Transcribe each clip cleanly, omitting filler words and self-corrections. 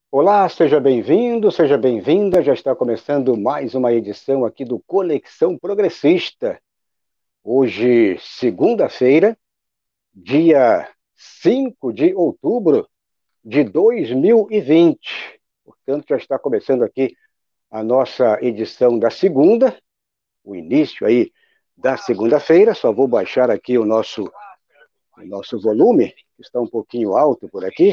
Olá, seja bem-vindo, seja bem-vinda. Já está começando mais uma edição aqui do Conexão Progressista. Hoje, segunda-feira, dia 5 de outubro de 2020. Portanto, já está começando aqui a nossa edição da segunda, o início aí da segunda-feira. Só vou baixar aqui o nosso volume, que está um pouquinho alto por aqui,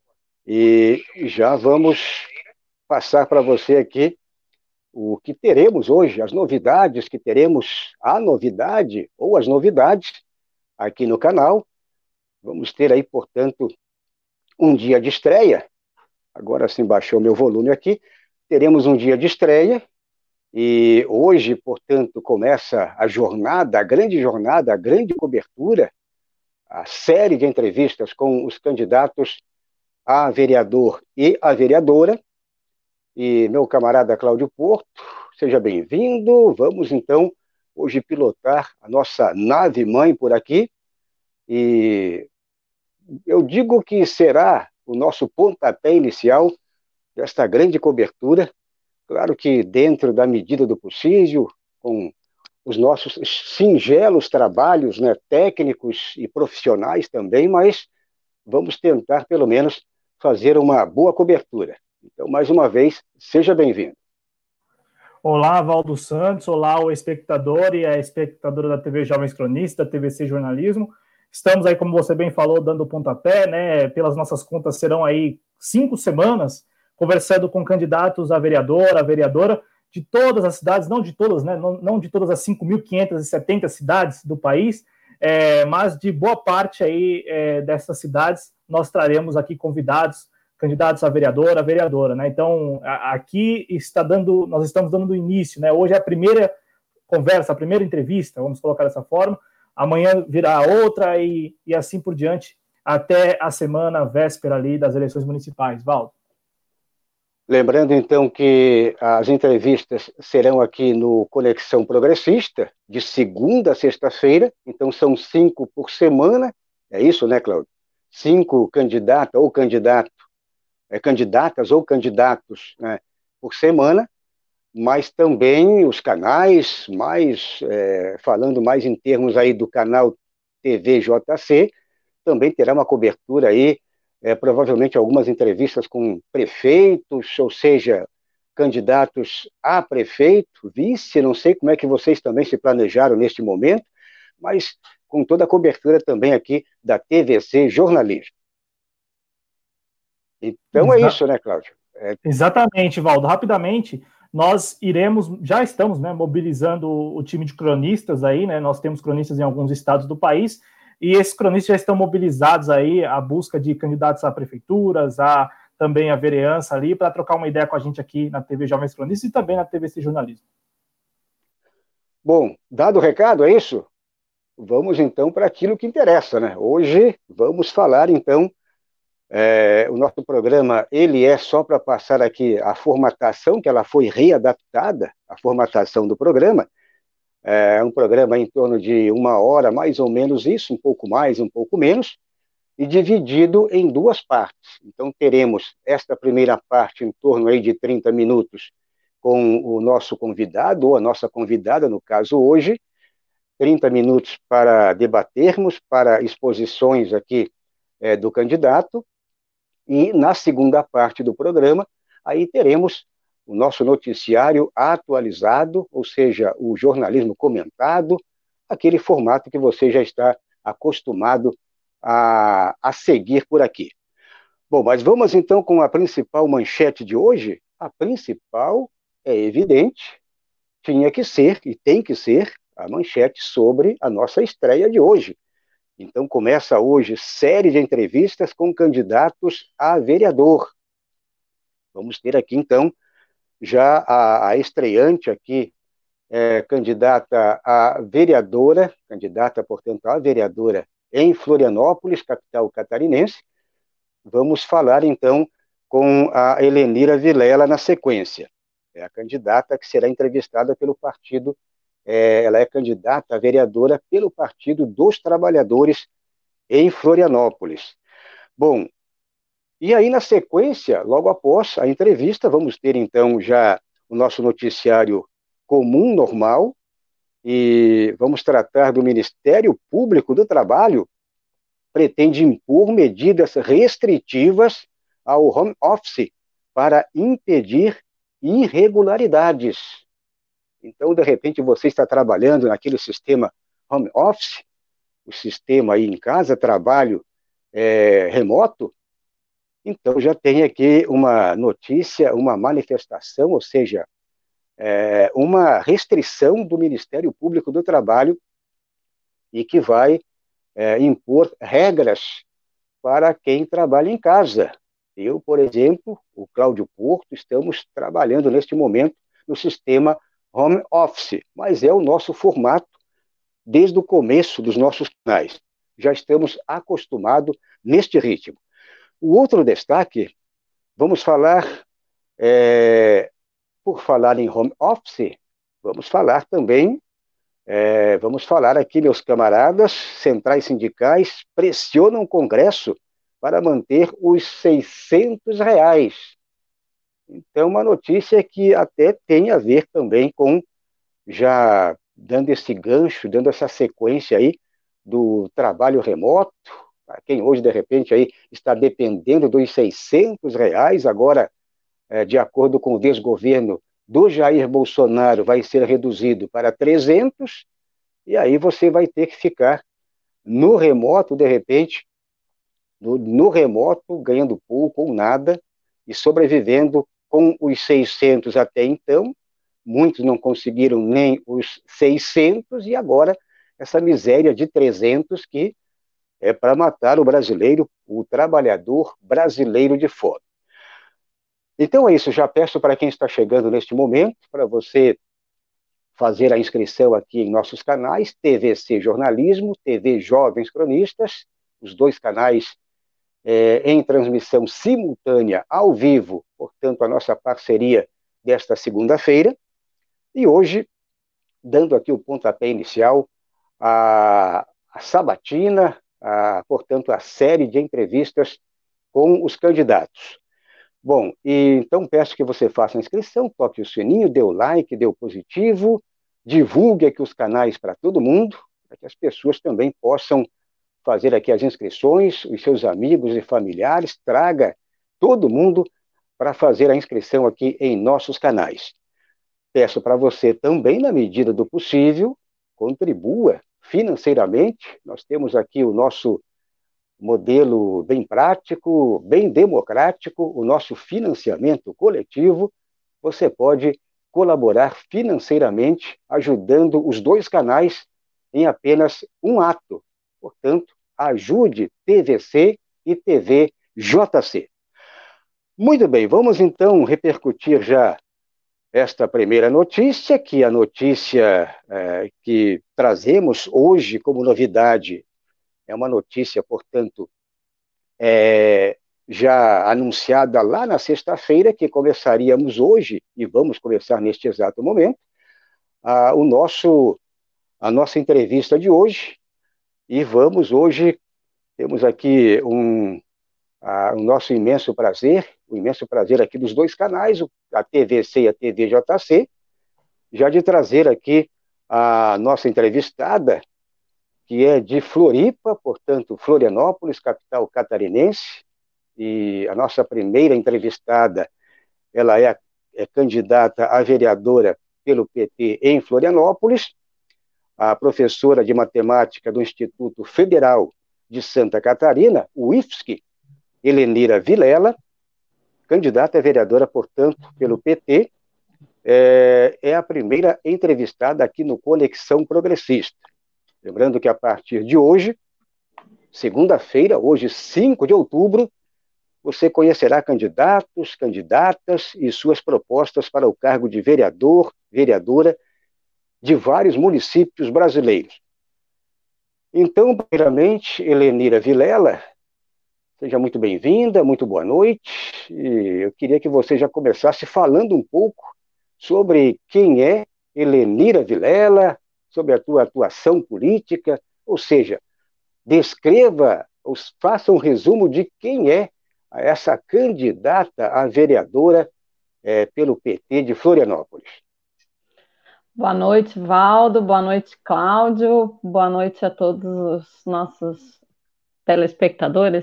e já vamos passar para você aqui o que teremos hoje, as novidades que teremos, a novidade ou as novidades aqui no canal. Vamos ter aí, portanto, um dia de estreia. Agora sim baixou meu volume aqui. Teremos um dia de estreia e hoje, portanto, começa a jornada, a grande jornada, a grande cobertura, a série de entrevistas com os candidatos a vereador e a vereadora. E meu camarada Cláudio Porto, seja bem-vindo. Vamos então hoje pilotar a nossa nave-mãe por aqui. E eu digo que será o nosso pontapé inicial desta grande cobertura. Claro que dentro da medida do possível, com os nossos singelos trabalhos, né, técnicos e profissionais também, mas vamos tentar pelo menos fazer uma boa cobertura. Então, mais uma vez, seja bem-vindo. Olá, Valdo Santos. Olá, o espectador e a espectadora da TV Jovens Cronistas, da TVC Jornalismo. Estamos aí, como você bem falou, dando o pontapé, né? Pelas nossas contas, serão aí 5 semanas conversando com candidatos a vereador, a vereadora de todas as cidades, não de todas, né? Não de todas as 5.570 cidades do país, mas de boa parte aí dessas cidades nós traremos aqui convidados candidatos a vereador, a vereadora, né? Então, aqui nós estamos dando início, né? Hoje é a primeira conversa, a primeira entrevista, vamos colocar dessa forma. Amanhã virá outra e assim por diante, até a semana véspera ali das eleições municipais. Valdo. Lembrando, então, que as entrevistas serão aqui no Conexão Progressista, de segunda a sexta-feira, então são 5 por semana, é isso, né, Cláudio? 5 candidatas ou candidatas ou candidatos, né, por semana, mas também os canais, falando mais em termos aí do canal TVJC, também terá uma cobertura aí, provavelmente algumas entrevistas com prefeitos, ou seja, candidatos a prefeito, vice, não sei como é que vocês também se planejaram neste momento, mas com toda a cobertura também aqui da TVC Jornalismo. Então é Exa isso, né, Cláudio? Exatamente, Valdo. Rapidamente, já estamos, né, mobilizando o time de cronistas aí, né? Nós temos cronistas em alguns estados do país, e esses cronistas já estão mobilizados aí à busca de candidatos a prefeituras, também a vereança ali, para trocar uma ideia com a gente aqui na TV Jovens Cronistas e também na TVC Jornalismo. Bom, dado o recado, é isso? Vamos então para aquilo que interessa, né? Hoje vamos falar então. O nosso programa ele é só para passar aqui a formatação, que ela foi readaptada, a formatação do programa. É um programa em torno de 1 hora, mais ou menos isso, um pouco mais, um pouco menos, e dividido em duas partes. Então teremos esta primeira parte em torno aí de 30 minutos com o nosso convidado, ou a nossa convidada, no caso hoje, 30 minutos para debatermos, para exposições aqui do candidato, e na segunda parte do programa, aí teremos o nosso noticiário atualizado, ou seja, o jornalismo comentado, aquele formato que você já está acostumado a seguir por aqui. Bom, mas vamos então com a principal manchete de hoje. A principal é evidente, tinha que ser e tem que ser a manchete sobre a nossa estreia de hoje. Então começa hoje série de entrevistas com candidatos a vereador. Vamos ter aqui então já a estreante aqui, candidata a vereadora, candidata, portanto, a vereadora em Florianópolis, capital catarinense. Vamos falar então com a Helenira Vilela na sequência. É a candidata que será entrevistada pelo partido, ela é candidata a vereadora pelo Partido dos Trabalhadores em Florianópolis. Bom, E aí, na sequência, logo após a entrevista, vamos ter então já o nosso noticiário comum, normal, e vamos tratar do Ministério Público do Trabalho, pretende impor medidas restritivas ao home office para impedir irregularidades. Então, de repente, você está trabalhando naquele sistema home office, o sistema aí em casa, trabalho remoto, então já tem aqui uma notícia, uma manifestação, ou seja, uma restrição do Ministério Público do Trabalho e que vai impor regras para quem trabalha em casa. Eu, por exemplo, o Cláudio Porto, estamos trabalhando neste momento no sistema home office, mas é o nosso formato desde o começo dos nossos canais. Já estamos acostumados neste ritmo. O outro destaque, vamos falar, por falar em home office, vamos falar também, vamos falar aqui, meus camaradas, centrais sindicais pressionam o Congresso para manter os R$ 600. Então, uma notícia que até tem a ver também com, já dando esse gancho, dando essa sequência aí do trabalho remoto, para quem hoje, de repente, aí está dependendo dos R$ 600, agora, de acordo com o desgoverno do Jair Bolsonaro, vai ser reduzido para 300, e aí você vai ter que ficar no remoto, de repente, no remoto, ganhando pouco ou nada, e sobrevivendo com os 600 até então. Muitos não conseguiram nem os 600, e agora essa miséria de 300 que é para matar o brasileiro, o trabalhador brasileiro de fome. Então é isso, já peço para quem está chegando neste momento, para você fazer a inscrição aqui em nossos canais, TVC Jornalismo, TV Jovens Cronistas, os dois canais em transmissão simultânea, ao vivo, portanto, a nossa parceria desta segunda-feira. E hoje, dando aqui o pontapé inicial, a sabatina, portanto, a série de entrevistas com os candidatos. Bom, então peço que você faça a inscrição, toque o sininho, dê o like, dê o positivo, divulgue aqui os canais para todo mundo, para que as pessoas também possam fazer aqui as inscrições, os seus amigos e familiares, traga todo mundo para fazer a inscrição aqui em nossos canais. Peço para você também, na medida do possível, contribua financeiramente. Nós temos aqui o nosso modelo bem prático, bem democrático, o nosso financiamento coletivo. Você pode colaborar financeiramente, ajudando os dois canais em apenas um ato. Portanto, ajude TVC e TV JC. Muito bem, vamos então repercutir já esta primeira notícia, que a notícia que trazemos hoje como novidade é uma notícia, portanto, já anunciada lá na sexta-feira, que começaríamos hoje, e vamos começar neste exato momento, a nossa entrevista de hoje, e vamos hoje, temos aqui o nosso imenso prazer, o imenso prazer aqui dos dois canais, a TVC e a TVJC, já de trazer aqui a nossa entrevistada, que é de Floripa, portanto, Florianópolis, capital catarinense, e a nossa primeira entrevistada, ela é candidata a vereadora pelo PT em Florianópolis, a professora de matemática do Instituto Federal de Santa Catarina, o IFSC, Helenira Vilela, candidata a vereadora, portanto, pelo PT, é a primeira entrevistada aqui no Conexão Progressista. Lembrando que a partir de hoje, segunda-feira, hoje 5 de outubro, você conhecerá candidatos, candidatas e suas propostas para o cargo de vereador, vereadora de vários municípios brasileiros. Então, primeiramente, Helenira Vilela, seja muito bem-vinda, muito boa noite. E eu queria que você já começasse falando um pouco sobre quem é Helenira Vilela, sobre a tua atuação política, ou seja, descreva, faça um resumo de quem é essa candidata a vereadora pelo PT de Florianópolis. Boa noite, Valdo. Boa noite, Cláudio. Boa noite a todos os nossos telespectadores.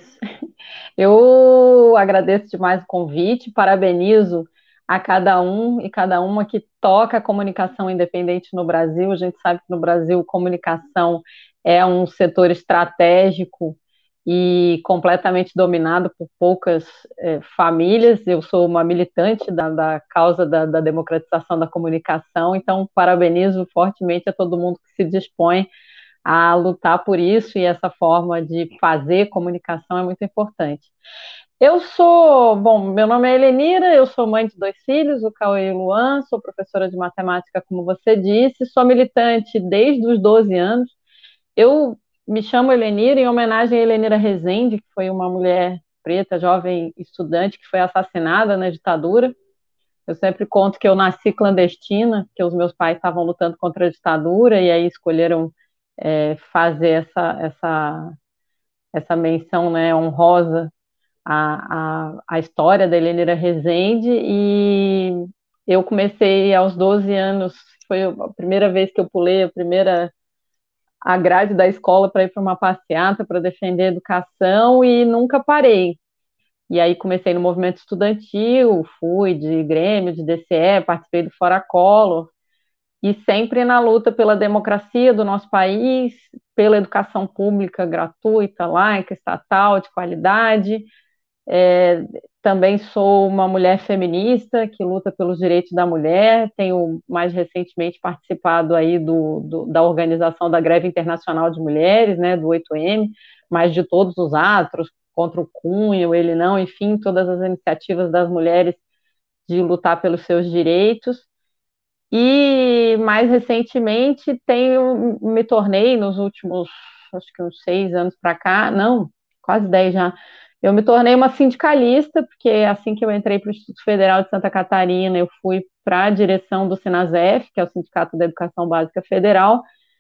Eu agradeço demais o convite, parabenizo a cada um e cada uma que toca a comunicação independente no Brasil. A gente sabe que no Brasil comunicação é um setor estratégico e completamente dominado por poucas famílias. Eu sou uma militante da causa da democratização da comunicação, então parabenizo fortemente a todo mundo que se dispõe a lutar por isso, e essa forma de fazer comunicação é muito importante. Meu nome é Helenira, eu sou mãe de 2 filhos, o Cauê e o Luan, sou professora de matemática, como você disse, sou militante desde os 12 anos. Eu me chamo Helenira em homenagem a Helenira Rezende, que foi uma mulher preta, jovem estudante, que foi assassinada na ditadura. Eu sempre conto que eu nasci clandestina, que os meus pais estavam lutando contra a ditadura, e aí escolheram fazer essa menção, né, honrosa à história da Helenira Rezende, e eu comecei aos 12 anos, foi a primeira vez que eu pulei a grade da escola para ir para uma passeata para defender a educação, e nunca parei. E aí comecei no movimento estudantil, fui de Grêmio, de DCE, participei do Fora Collor, e sempre na luta pela democracia do nosso país, pela educação pública gratuita, laica, estatal, de qualidade. Também sou uma mulher feminista que luta pelos direitos da mulher, tenho mais recentemente participado aí da organização da Greve Internacional de Mulheres, né, do 8M, mas de todos os atos, contra o Cunha, ele não, enfim, todas as iniciativas das mulheres de lutar pelos seus direitos. E mais recentemente me tornei nos últimos, acho que uns 6 anos para cá, não, quase 10 já, eu me tornei uma sindicalista, porque assim que eu entrei para o Instituto Federal de Santa Catarina, eu fui para a direção do Sinasef, que é o Sindicato da Educação Básica Federal,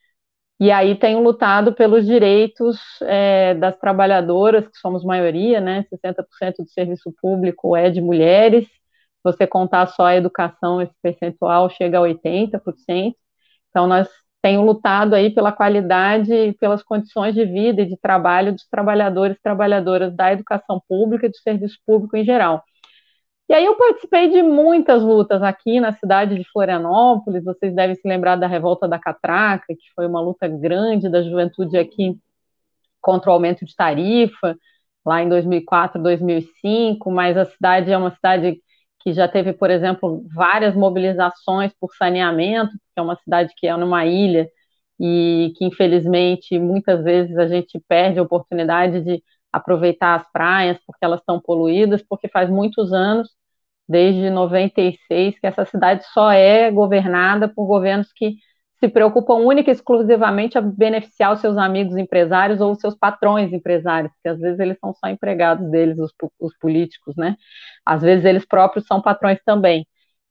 e aí tenho lutado pelos direitos das trabalhadoras, que somos maioria, né? 60% do serviço público é de mulheres. Se você contar só a educação, esse percentual chega a 80%. Então, nós tenho lutado aí pela qualidade e pelas condições de vida e de trabalho dos trabalhadores e trabalhadoras da educação pública e do serviço público em geral. E aí eu participei de muitas lutas aqui na cidade de Florianópolis. Vocês devem se lembrar da Revolta da Catraca, que foi uma luta grande da juventude aqui contra o aumento de tarifa, lá em 2004, 2005, mas a cidade é uma cidade que já teve, por exemplo, várias mobilizações por saneamento, que é uma cidade que é numa ilha e que, infelizmente, muitas vezes a gente perde a oportunidade de aproveitar as praias porque elas estão poluídas, porque faz muitos anos, desde 96, que essa cidade só é governada por governos que se preocupam única e exclusivamente a beneficiar os seus amigos empresários ou os seus patrões empresários, porque às vezes eles são só empregados deles, os políticos, né? Às vezes eles próprios são patrões também.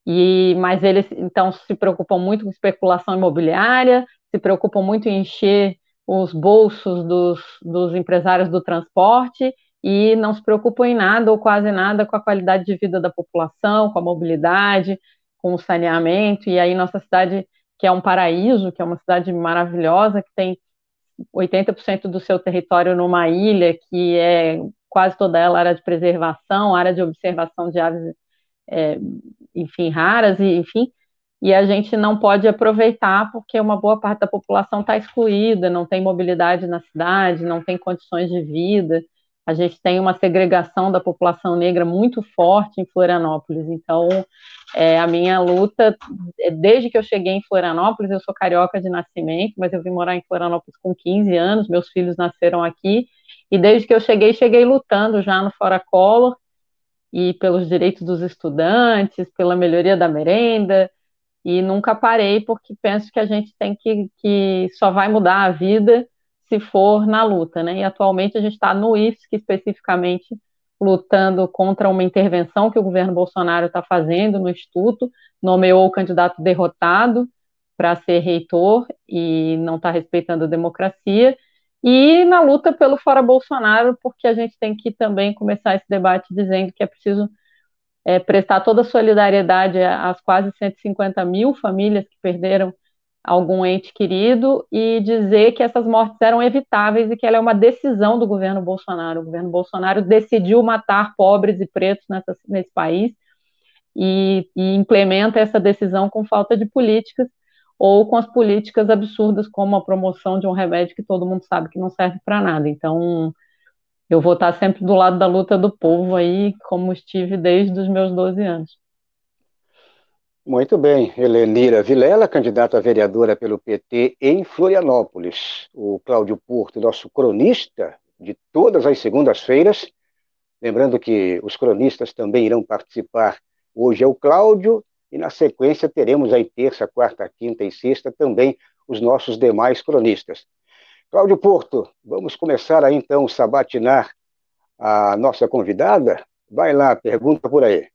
Mas eles, então, se preocupam muito com especulação imobiliária, se preocupam muito em encher os bolsos dos empresários do transporte e não se preocupam em nada ou quase nada com a qualidade de vida da população, com a mobilidade, com o saneamento. E aí nossa cidade, que é um paraíso, que é uma cidade maravilhosa, que tem 80% do seu território numa ilha, que é quase toda ela área de preservação, área de observação de aves, enfim, raras, e a gente não pode aproveitar porque uma boa parte da população está excluída, não tem mobilidade na cidade, não tem condições de vida. A gente tem uma segregação da população negra muito forte em Florianópolis. Então, a minha luta, desde que eu cheguei em Florianópolis, eu sou carioca de nascimento, mas eu vim morar em Florianópolis com 15 anos, meus filhos nasceram aqui, e desde que eu cheguei lutando já no Fora Collor, e pelos direitos dos estudantes, pela melhoria da merenda, e nunca parei, porque penso que a gente tem que só vai mudar a vida se for na luta, né? E atualmente a gente está no IFSC especificamente lutando contra uma intervenção que o governo Bolsonaro está fazendo no Instituto, nomeou o candidato derrotado para ser reitor e não está respeitando a democracia, e na luta pelo fora Bolsonaro, porque a gente tem que também começar esse debate dizendo que é preciso prestar toda a solidariedade às quase 150 mil famílias que perderam algum ente querido e dizer que essas mortes eram evitáveis e que ela é uma decisão do governo Bolsonaro. O governo Bolsonaro decidiu matar pobres e pretos nesse país e implementa essa decisão com falta de políticas ou com as políticas absurdas como a promoção de um remédio que todo mundo sabe que não serve para nada. Então, eu vou estar sempre do lado da luta do povo aí, como estive desde os meus 12 anos. Muito bem, Helenira Vilela, candidata a vereadora pelo PT em Florianópolis. O Cláudio Porto, nosso cronista de todas as segundas-feiras. Lembrando que os cronistas também irão participar. Hoje é o Cláudio e na sequência teremos aí terça, quarta, quinta e sexta também os nossos demais cronistas. Cláudio Porto, vamos começar aí então sabatinar a nossa convidada? Vai lá, pergunta por aí.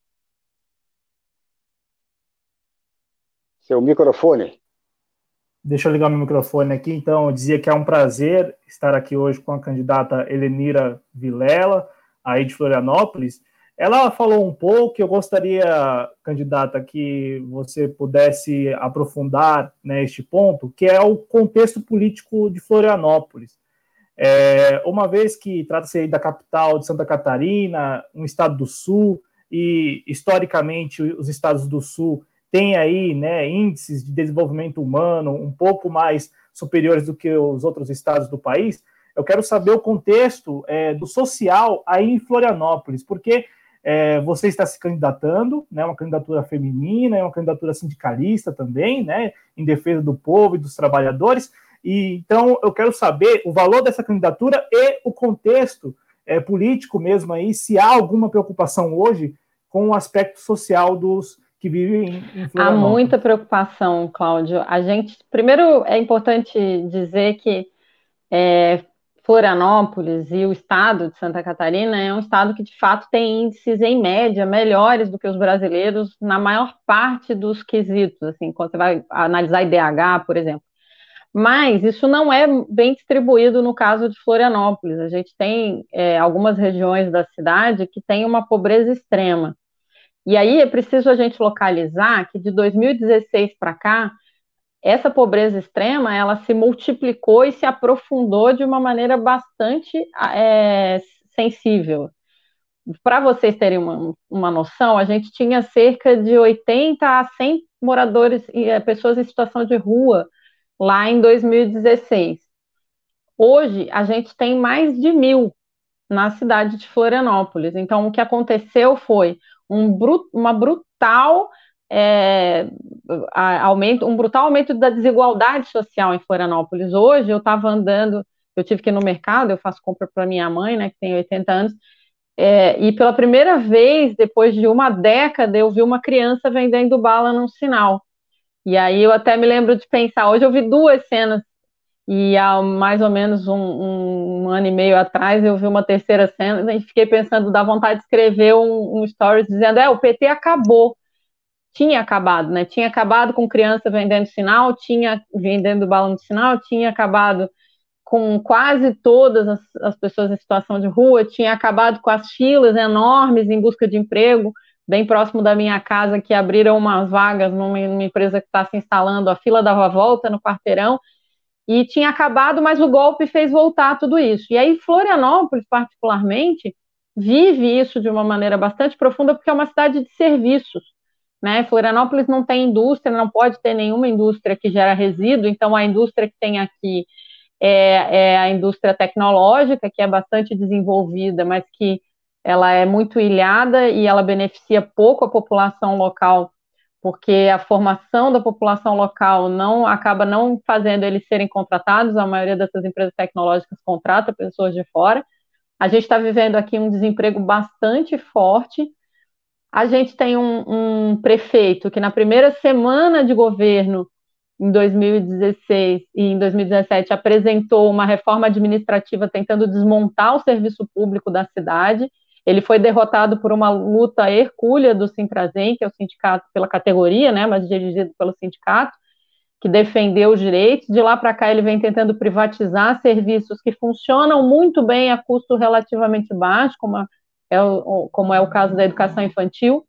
Seu microfone. Deixa eu ligar meu microfone aqui. Então, eu dizia que é um prazer estar aqui hoje com a candidata Helenira Vilela, aí de Florianópolis. Ela falou um pouco, eu gostaria, candidata, que você pudesse aprofundar, né, este ponto, que é o contexto político de Florianópolis. Uma vez que trata-se da capital de Santa Catarina, um estado do Sul, e historicamente os estados do Sul têm aí, né, índices de desenvolvimento humano um pouco mais superiores do que os outros estados do país, eu quero saber o contexto do social aí em Florianópolis, porque você está se candidatando, né, uma candidatura feminina, uma candidatura sindicalista também, né, em defesa do povo e dos trabalhadores, e então eu quero saber o valor dessa candidatura e o contexto político mesmo aí, se há alguma preocupação hoje com o aspecto social dos que vivem em Florianópolis. Há muita preocupação, Cláudio. Primeiro é importante dizer que Florianópolis e o estado de Santa Catarina é um estado que de fato tem índices em média melhores do que os brasileiros na maior parte dos quesitos, assim, quando você vai analisar IDH, por exemplo. Mas isso não é bem distribuído no caso de Florianópolis. A gente tem algumas regiões da cidade que têm uma pobreza extrema. E aí é preciso a gente localizar que de 2016 para cá, essa pobreza extrema, ela se multiplicou e se aprofundou de uma maneira bastante sensível. Para vocês terem uma noção, a gente tinha cerca de 80 a 100 moradores, pessoas em situação de rua, lá em 2016. Hoje, a gente tem mais de 1.000 na cidade de Florianópolis. Então, o que aconteceu foi um brutal aumento da desigualdade social em Florianópolis. Hoje, eu estava andando, eu tive que ir no mercado, eu faço compra para minha mãe, né, que tem 80 anos, e pela primeira vez, depois de uma década, eu vi uma criança vendendo bala num sinal. E aí eu até me lembro de pensar, hoje eu vi duas cenas, e há mais ou menos um ano e meio atrás eu vi uma terceira cena, e fiquei pensando, dá vontade de escrever um stories dizendo, o PT acabou. Tinha acabado, né? Tinha acabado com criança vendendo sinal, tinha vendendo bala no sinal, tinha acabado com quase todas as pessoas em situação de rua, tinha acabado com as filas enormes em busca de emprego, bem próximo da minha casa, que abriram umas vagas numa empresa que está se instalando, a fila dava volta no quarteirão, e tinha acabado, mas o golpe fez voltar tudo isso. E aí Florianópolis, particularmente, vive isso de uma maneira bastante profunda, porque é uma cidade de serviços, né? Florianópolis não tem indústria, não pode ter nenhuma indústria que gera resíduo, então a indústria que tem aqui é a indústria tecnológica, que é bastante desenvolvida, mas que ela é muito ilhada e ela beneficia pouco a população local, porque a formação da população local acaba não fazendo eles serem contratados, a maioria dessas empresas tecnológicas contrata pessoas de fora. A gente está vivendo aqui um desemprego bastante forte. A gente tem um prefeito que na primeira semana de governo, em 2016 e em 2017, apresentou uma reforma administrativa tentando desmontar o serviço público da cidade. Ele foi derrotado por uma luta hercúlea do Sintrazen, que é o sindicato pela categoria, né, mas dirigido pelo sindicato. que defendeu os direitos. De lá para cá ele vem tentando privatizar serviços que funcionam muito bem a custo relativamente baixo, como é o caso da educação infantil.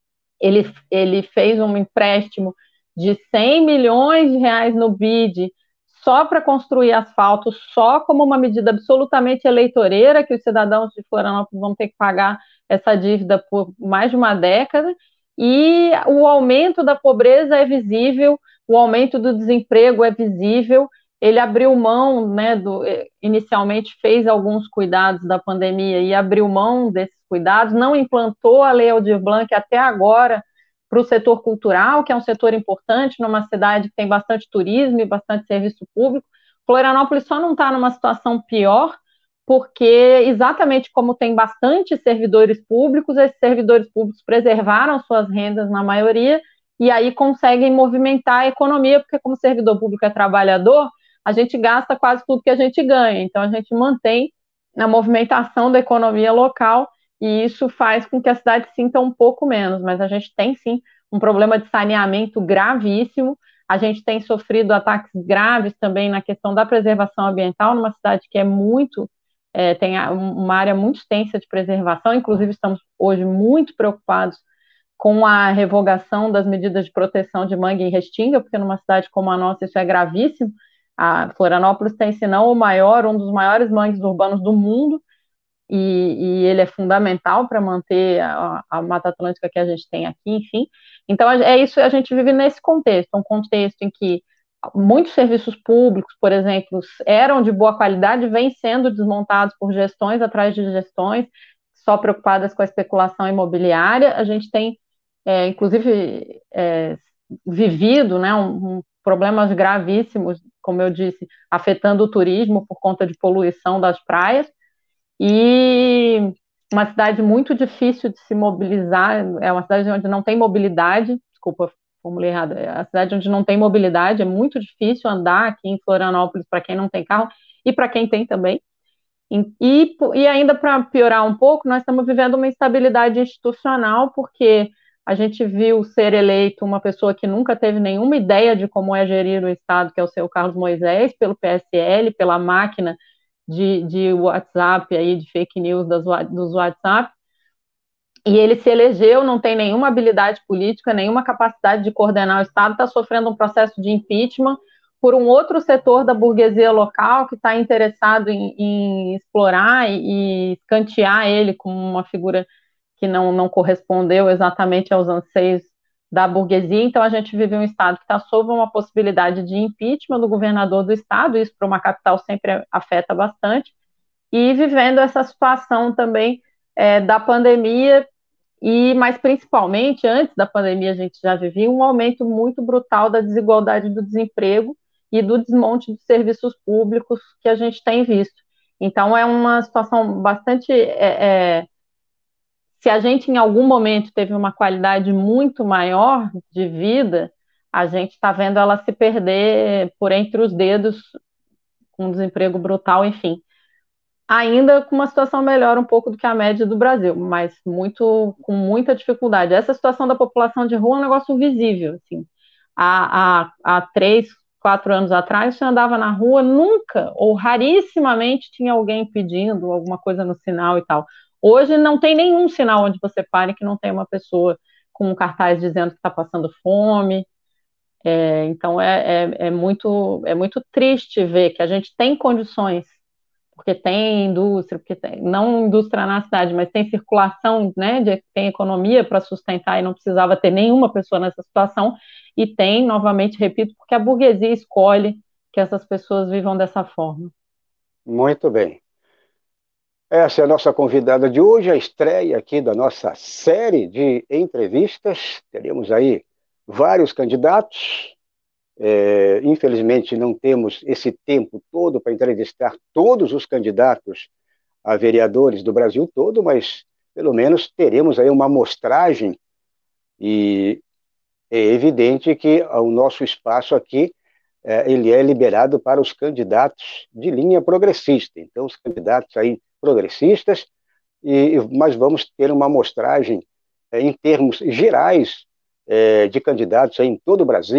Ele fez um empréstimo de 100 milhões de reais no BID só para construir asfalto, só como uma medida absolutamente eleitoreira, que os cidadãos de Florianópolis vão ter que pagar essa dívida por mais de uma década, e o aumento da pobreza é visível, o aumento do desemprego é visível. Ele abriu mão, né, inicialmente fez alguns cuidados da pandemia e abriu mão desses cuidados, não implantou a Lei Aldir Blanc até agora para o setor cultural, que é um setor importante numa cidade que tem bastante turismo e bastante serviço público. Florianópolis só não está numa situação pior, porque exatamente como tem bastante servidores públicos, esses servidores públicos preservaram suas rendas na maioria, e aí conseguem movimentar a economia, porque como servidor público é trabalhador, a gente gasta quase tudo que a gente ganha, então a gente mantém a movimentação da economia local, e isso faz com que a cidade sinta um pouco menos, mas a gente tem sim um problema de saneamento gravíssimo, a gente tem sofrido ataques graves também na questão da preservação ambiental, numa cidade que tem uma área muito extensa de preservação, inclusive estamos hoje muito preocupados com a revogação das medidas de proteção de mangue e restinga, porque numa cidade como a nossa isso é gravíssimo. A Florianópolis tem, se não o maior, um dos maiores mangues urbanos do mundo, e ele é fundamental para manter a Mata Atlântica que a gente tem aqui, enfim. Então, é isso, a gente vive nesse contexto, um contexto em que muitos serviços públicos, por exemplo, eram de boa qualidade, vêm sendo desmontados por gestões atrás de gestões, só preocupadas com a especulação imobiliária. A gente tem, inclusive, vivido, né, problemas gravíssimos, como eu disse, afetando o turismo por conta de poluição das praias, e uma cidade muito difícil de se mobilizar, é uma cidade onde não tem mobilidade, desculpa, formulei errado, é a cidade onde não tem mobilidade, é muito difícil andar aqui em Florianópolis para quem não tem carro, e para quem tem também, e ainda para piorar um pouco, nós estamos vivendo uma instabilidade institucional, porque a gente viu ser eleito uma pessoa que nunca teve nenhuma ideia de como é gerir o Estado, que é o seu Carlos Moisés, pelo PSL, pela máquina de WhatsApp, aí, de fake news dos WhatsApp, e ele se elegeu, não tem nenhuma habilidade política, nenhuma capacidade de coordenar o Estado, está sofrendo um processo de impeachment por um outro setor da burguesia local que está interessado em explorar e escantear ele como uma figura que não correspondeu exatamente aos anseios da burguesia. Então a gente vive um Estado que está sob uma possibilidade de impeachment do governador do Estado, isso para uma capital sempre afeta bastante, e vivendo essa situação também da pandemia, mas principalmente antes da pandemia a gente já vivia um aumento muito brutal da desigualdade do desemprego e do desmonte dos serviços públicos que a gente tem visto. Então é uma situação bastante... se a gente em algum momento teve uma qualidade muito maior de vida, a gente está vendo ela se perder por entre os dedos, com um desemprego brutal, enfim. Ainda com uma situação melhor um pouco do que a média do Brasil, mas com muita dificuldade. Essa situação da população de rua é um negócio visível. Assim. Há 3, 4 anos atrás, você andava na rua, nunca ou rarissimamente tinha alguém pedindo alguma coisa no sinal e tal. Hoje não tem nenhum sinal onde você pare que não tem uma pessoa com um cartaz dizendo que está passando fome. Então é muito triste ver que a gente tem condições, porque tem indústria, porque tem, não indústria na cidade, mas tem circulação, né, tem economia para sustentar e não precisava ter nenhuma pessoa nessa situação, e tem, novamente, repito, porque a burguesia escolhe que essas pessoas vivam dessa forma. Muito bem. Essa é a nossa convidada de hoje, a estreia aqui da nossa série de entrevistas. Teremos aí vários candidatos. Infelizmente, não temos esse tempo todo para entrevistar todos os candidatos a vereadores do Brasil todo, mas pelo menos teremos aí uma amostragem, e é evidente que o nosso espaço aqui ele é liberado para os candidatos de linha progressista. Então, os candidatos aí progressistas, mas vamos ter uma amostragem em termos gerais de candidatos aí em todo o Brasil,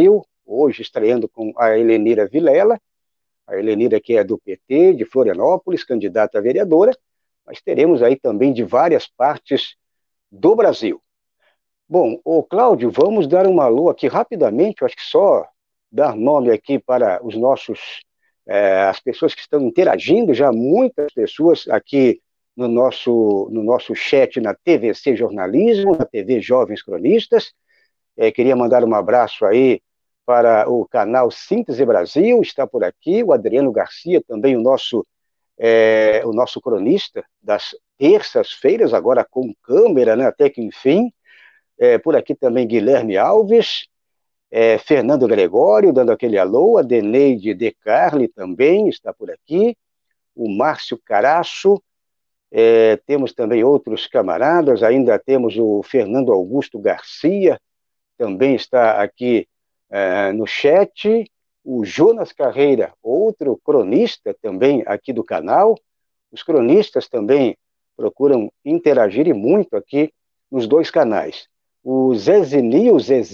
hoje estreando com a Helenira Vilela, a Helenira que é do PT, de Florianópolis, candidata a vereadora, mas teremos aí também de várias partes do Brasil. Bom, ô Cláudio, vamos dar um alô aqui rapidamente, eu acho que só dar nome aqui para os nossos, as pessoas que estão interagindo, já muitas pessoas aqui no nosso chat na TVC Jornalismo, na TV Jovens Cronistas. Queria mandar um abraço aí para o canal Síntese Brasil, está por aqui, o Adriano Garcia, também o nosso cronista das terças-feiras, agora com câmera, né, até que enfim. Por aqui também Guilherme Alves, Fernando Gregório, dando aquele alô, a Deneide De Carli também está por aqui, o Márcio Caraço, temos também outros camaradas, ainda temos o Fernando Augusto Garcia, também está aqui no chat, o Jonas Carreira, outro cronista também aqui do canal. Os cronistas também procuram interagir e muito aqui nos dois canais. O Zezini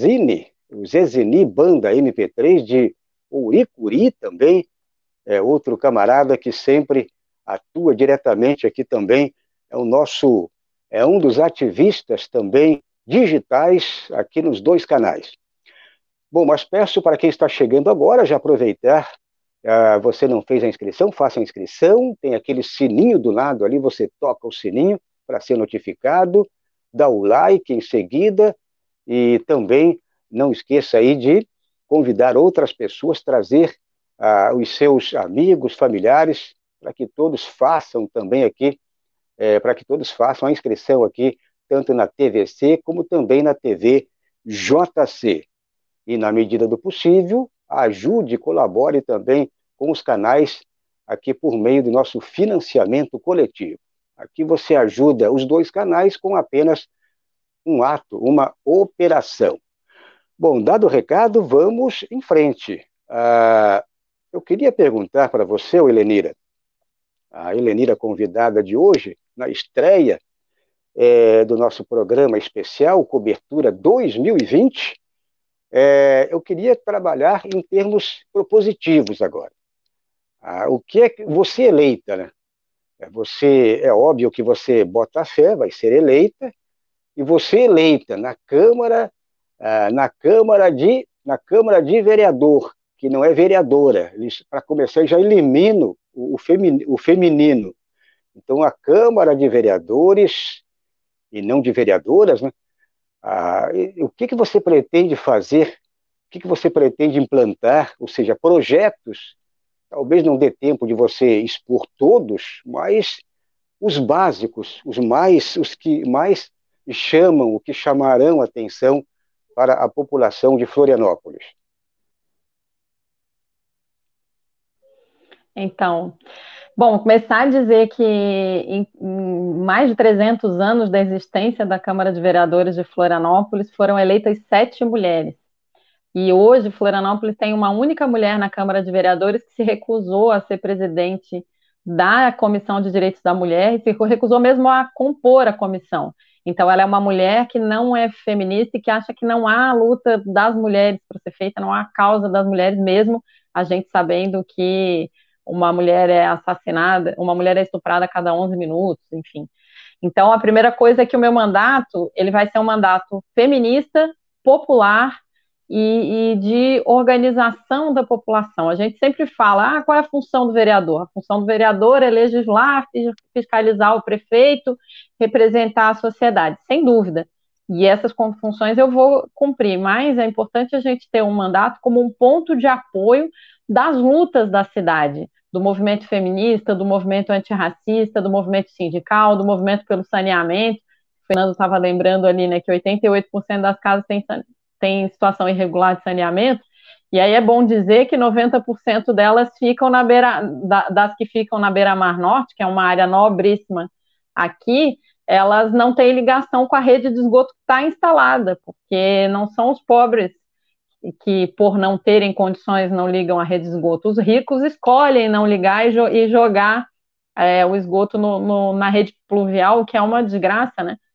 Banda MP3 de Ouricuri também, outro camarada que sempre atua diretamente aqui também, é um dos ativistas também digitais aqui nos dois canais. Bom, mas peço para quem está chegando agora já aproveitar, você não fez a inscrição, faça a inscrição, tem aquele sininho do lado ali, você toca o sininho para ser notificado, dá o like em seguida e também não esqueça aí de convidar outras pessoas, trazer os seus amigos, familiares, para que todos façam também aqui, para que todos façam a inscrição aqui, tanto na TVC como também na TV JC. E na medida do possível, ajude, colabore também com os canais aqui por meio do nosso financiamento coletivo. Aqui você ajuda os dois canais com apenas um ato, uma operação. Bom, dado o recado, vamos em frente. Eu queria perguntar para você, Helenira, a Helenira convidada de hoje, na estreia do nosso programa especial, Cobertura 2020, eu queria trabalhar em termos propositivos agora. O que é que você eleita, né? É óbvio que você bota fé, vai ser eleita, e você eleita na Câmara de Vereador, que não é vereadora. Para começar, já elimino o feminino. Então, a Câmara de Vereadores, e não de vereadoras, né? O que você pretende fazer? O que você pretende implantar? Ou seja, projetos, talvez não dê tempo de você expor todos, mas os básicos, os que mais chamam, o que chamarão atenção para a população de Florianópolis. Então, bom, começar a dizer que em mais de 300 anos da existência da Câmara de Vereadores de Florianópolis foram eleitas 7 mulheres. E hoje Florianópolis tem uma única mulher na Câmara de Vereadores que se recusou a ser presidente da Comissão de Direitos da Mulher e se recusou mesmo a compor a comissão. Então ela é uma mulher que não é feminista e que acha que não há luta das mulheres para ser feita, não há causa das mulheres mesmo, a gente sabendo que uma mulher é assassinada, uma mulher é estuprada a cada 11 minutos, enfim. Então, a primeira coisa é que o meu mandato, ele vai ser um mandato feminista, popular e de organização da população. A gente sempre fala, qual é a função do vereador? A função do vereador é legislar, fiscalizar o prefeito, representar a sociedade, sem dúvida. E essas funções eu vou cumprir, mas é importante a gente ter um mandato como um ponto de apoio das lutas da cidade, do movimento feminista, do movimento antirracista, do movimento sindical, do movimento pelo saneamento. O Fernando estava lembrando ali, né, que 88% das casas tem situação irregular de saneamento, e aí é bom dizer que 90% delas ficam das que ficam na beira-mar norte, que é uma área nobríssima aqui, elas não têm ligação com a rede de esgoto que está instalada, porque não são os pobres que, por não terem condições, não ligam à rede de esgoto. Os ricos escolhem não ligar e jogar o esgoto na rede pluvial, que é uma desgraça, né?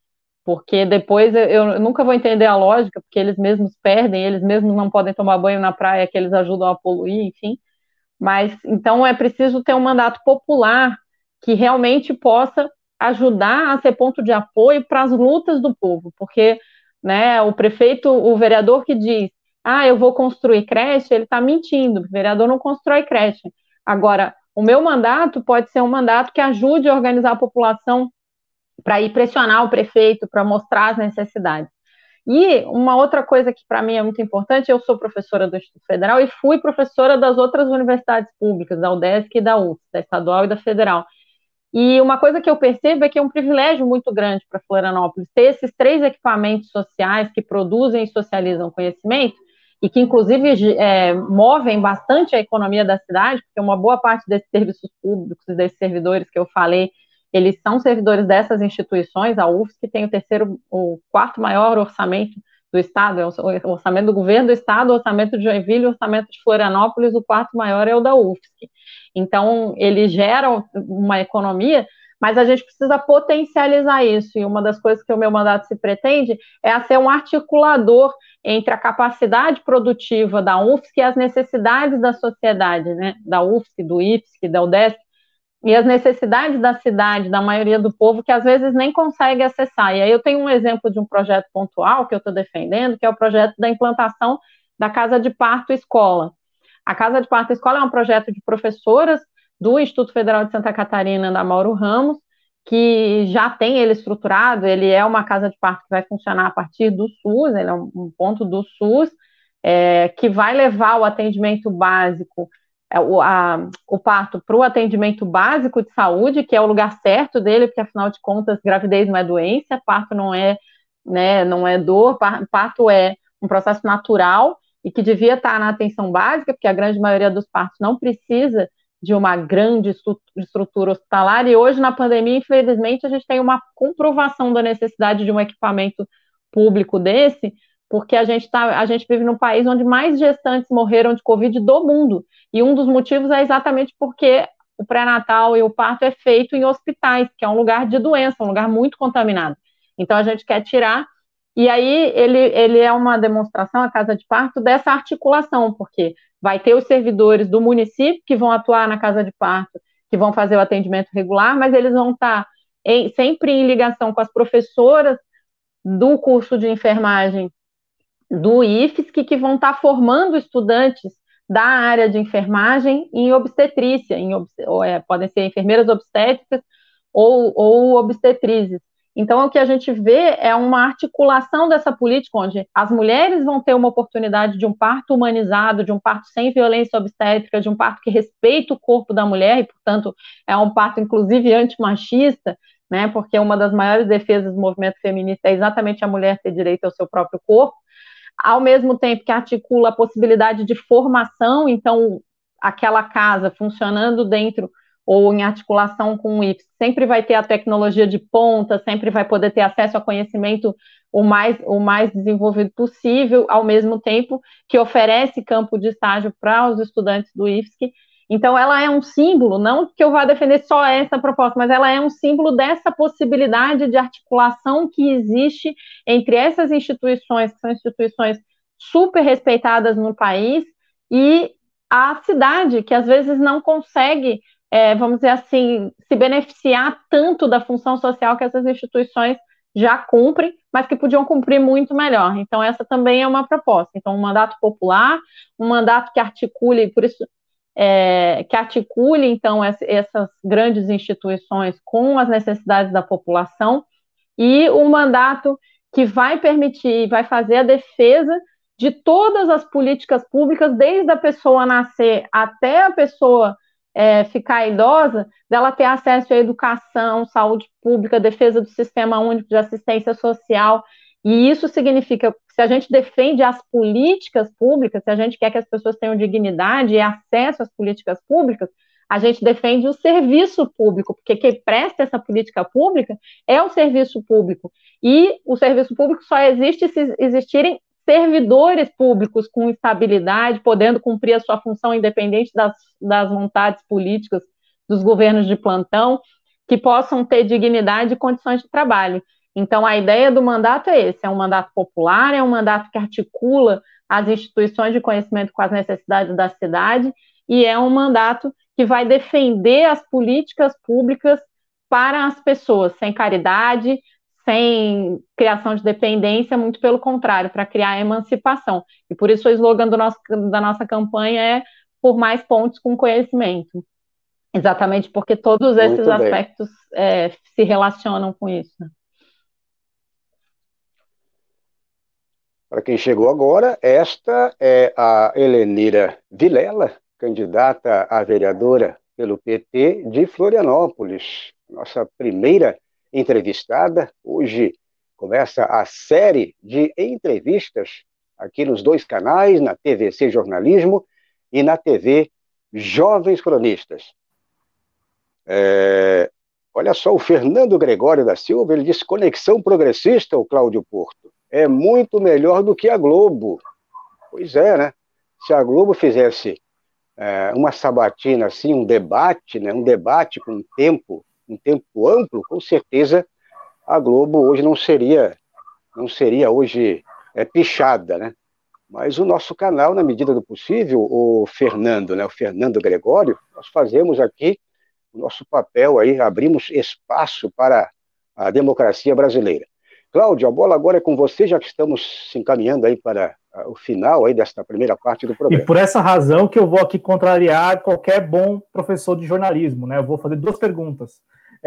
porque depois eu nunca vou entender a lógica, porque eles mesmos perdem, eles mesmos não podem tomar banho na praia, que eles ajudam a poluir, enfim. Mas então é preciso ter um mandato popular que realmente possa ajudar a ser ponto de apoio para as lutas do povo, porque, né, o prefeito, o vereador que diz, eu vou construir creche, ele está mentindo, o vereador não constrói creche. Agora, o meu mandato pode ser um mandato que ajude a organizar a população para ir pressionar o prefeito, para mostrar as necessidades. E uma outra coisa que para mim é muito importante, eu sou professora do Instituto Federal e fui professora das outras universidades públicas, da UDESC e da UFS, da Estadual e da Federal. E uma coisa que eu percebo é que é um privilégio muito grande para Florianópolis ter esses 3 equipamentos sociais que produzem e socializam conhecimento e que, inclusive, movem bastante a economia da cidade, porque uma boa parte desses serviços públicos, desses servidores que eu falei, eles são servidores dessas instituições. A UFSC tem o 4º maior orçamento do Estado, é o orçamento do governo do Estado, o orçamento de Joinville, o orçamento de Florianópolis, o 4º maior é o da UFSC. Então, eles geram uma economia, mas a gente precisa potencializar isso, e uma das coisas que o meu mandato se pretende é ser um articulador entre a capacidade produtiva da UFSC e as necessidades da sociedade, né, da UFSC, do IFSC, da UDESC, e as necessidades da cidade, da maioria do povo, que às vezes nem consegue acessar. E aí eu tenho um exemplo de um projeto pontual que eu estou defendendo, que é o projeto da implantação da Casa de Parto Escola. A Casa de Parto Escola é um projeto de professoras do Instituto Federal de Santa Catarina, da Mauro Ramos, que já tem ele estruturado. Ele é uma casa de parto que vai funcionar a partir do SUS, ele é um ponto do SUS, que vai levar o atendimento básico, o parto para o atendimento básico de saúde, que é o lugar certo dele, porque afinal de contas, gravidez não é doença, parto não é, né, não é dor, parto é um processo natural e que devia estar na atenção básica, porque a grande maioria dos partos não precisa de uma grande estrutura hospitalar, e hoje na pandemia, infelizmente, a gente tem uma comprovação da necessidade de um equipamento público desse, porque a gente vive num país onde mais gestantes morreram de Covid do mundo, e um dos motivos é exatamente porque o pré-natal e o parto é feito em hospitais, que é um lugar de doença, um lugar muito contaminado. Então a gente quer tirar, e aí ele é uma demonstração, a casa de parto, dessa articulação, porque vai ter os servidores do município que vão atuar na casa de parto, que vão fazer o atendimento regular, mas eles vão estar sempre em ligação com as professoras do curso de enfermagem do IFSC, que vão estar formando estudantes da área de enfermagem em obstetrícia, podem ser enfermeiras obstétricas ou obstetrizes. Então, o que a gente vê é uma articulação dessa política, onde as mulheres vão ter uma oportunidade de um parto humanizado, de um parto sem violência obstétrica, de um parto que respeita o corpo da mulher, e, portanto, é um parto, inclusive, antimachista, né, porque uma das maiores defesas do movimento feminista é exatamente a mulher ter direito ao seu próprio corpo, ao mesmo tempo que articula a possibilidade de formação. Então, aquela casa funcionando dentro ou em articulação com o IFSC, sempre vai ter a tecnologia de ponta, sempre vai poder ter acesso a conhecimento o mais desenvolvido possível, ao mesmo tempo que oferece campo de estágio para os estudantes do IFSC. Então, ela é um símbolo, não que eu vá defender só essa proposta, mas ela é um símbolo dessa possibilidade de articulação que existe entre essas instituições, que são instituições super respeitadas no país, e a cidade, que às vezes não consegue, vamos dizer assim, se beneficiar tanto da função social que essas instituições já cumprem, mas que podiam cumprir muito melhor. Então, essa também é uma proposta. Então, um mandato popular, um mandato que articule, por isso, que articule, então, essas grandes instituições com as necessidades da população, e um mandato que vai permitir, vai fazer a defesa de todas as políticas públicas, desde a pessoa nascer até a pessoa ficar idosa, dela ter acesso à educação, saúde pública, defesa do Sistema Único de Assistência Social. E isso significa que, se a gente defende as políticas públicas, se a gente quer que as pessoas tenham dignidade e acesso às políticas públicas, a gente defende o serviço público, porque quem presta essa política pública é o serviço público. E o serviço público só existe se existirem servidores públicos com estabilidade, podendo cumprir a sua função independente das vontades políticas dos governos de plantão, que possam ter dignidade e condições de trabalho. Então, a ideia do mandato é esse, é um mandato popular, é um mandato que articula as instituições de conhecimento com as necessidades da cidade, e é um mandato que vai defender as políticas públicas para as pessoas, sem caridade, sem criação de dependência, muito pelo contrário, para criar emancipação. E por isso o slogan da nossa campanha é por mais pontes com conhecimento. Exatamente porque todos esses aspectos se relacionam com isso. Para quem chegou agora, esta é a Helenira Vilela, candidata a vereadora pelo PT de Florianópolis. Nossa primeira entrevistada. Hoje começa a série de entrevistas aqui nos 2 canais, na TVC Jornalismo e na TV Jovens Cronistas. Olha só, o Fernando Gregório da Silva, ele disse: conexão progressista, o Cláudio Porto, é muito melhor do que a Globo. Pois é, né? Se a Globo fizesse uma sabatina assim, um debate, né? Um debate com um tempo amplo, com certeza a Globo hoje não seria hoje pichada, né? Mas o nosso canal, na medida do possível, o Fernando, né? O Fernando Gregório, nós fazemos aqui o nosso papel aí, abrimos espaço para a democracia brasileira. Cláudio, a bola agora é com você, já que estamos se encaminhando aí para o final aí desta primeira parte do programa. E por essa razão que eu vou aqui contrariar qualquer bom professor de jornalismo, né? Eu vou fazer 2 perguntas.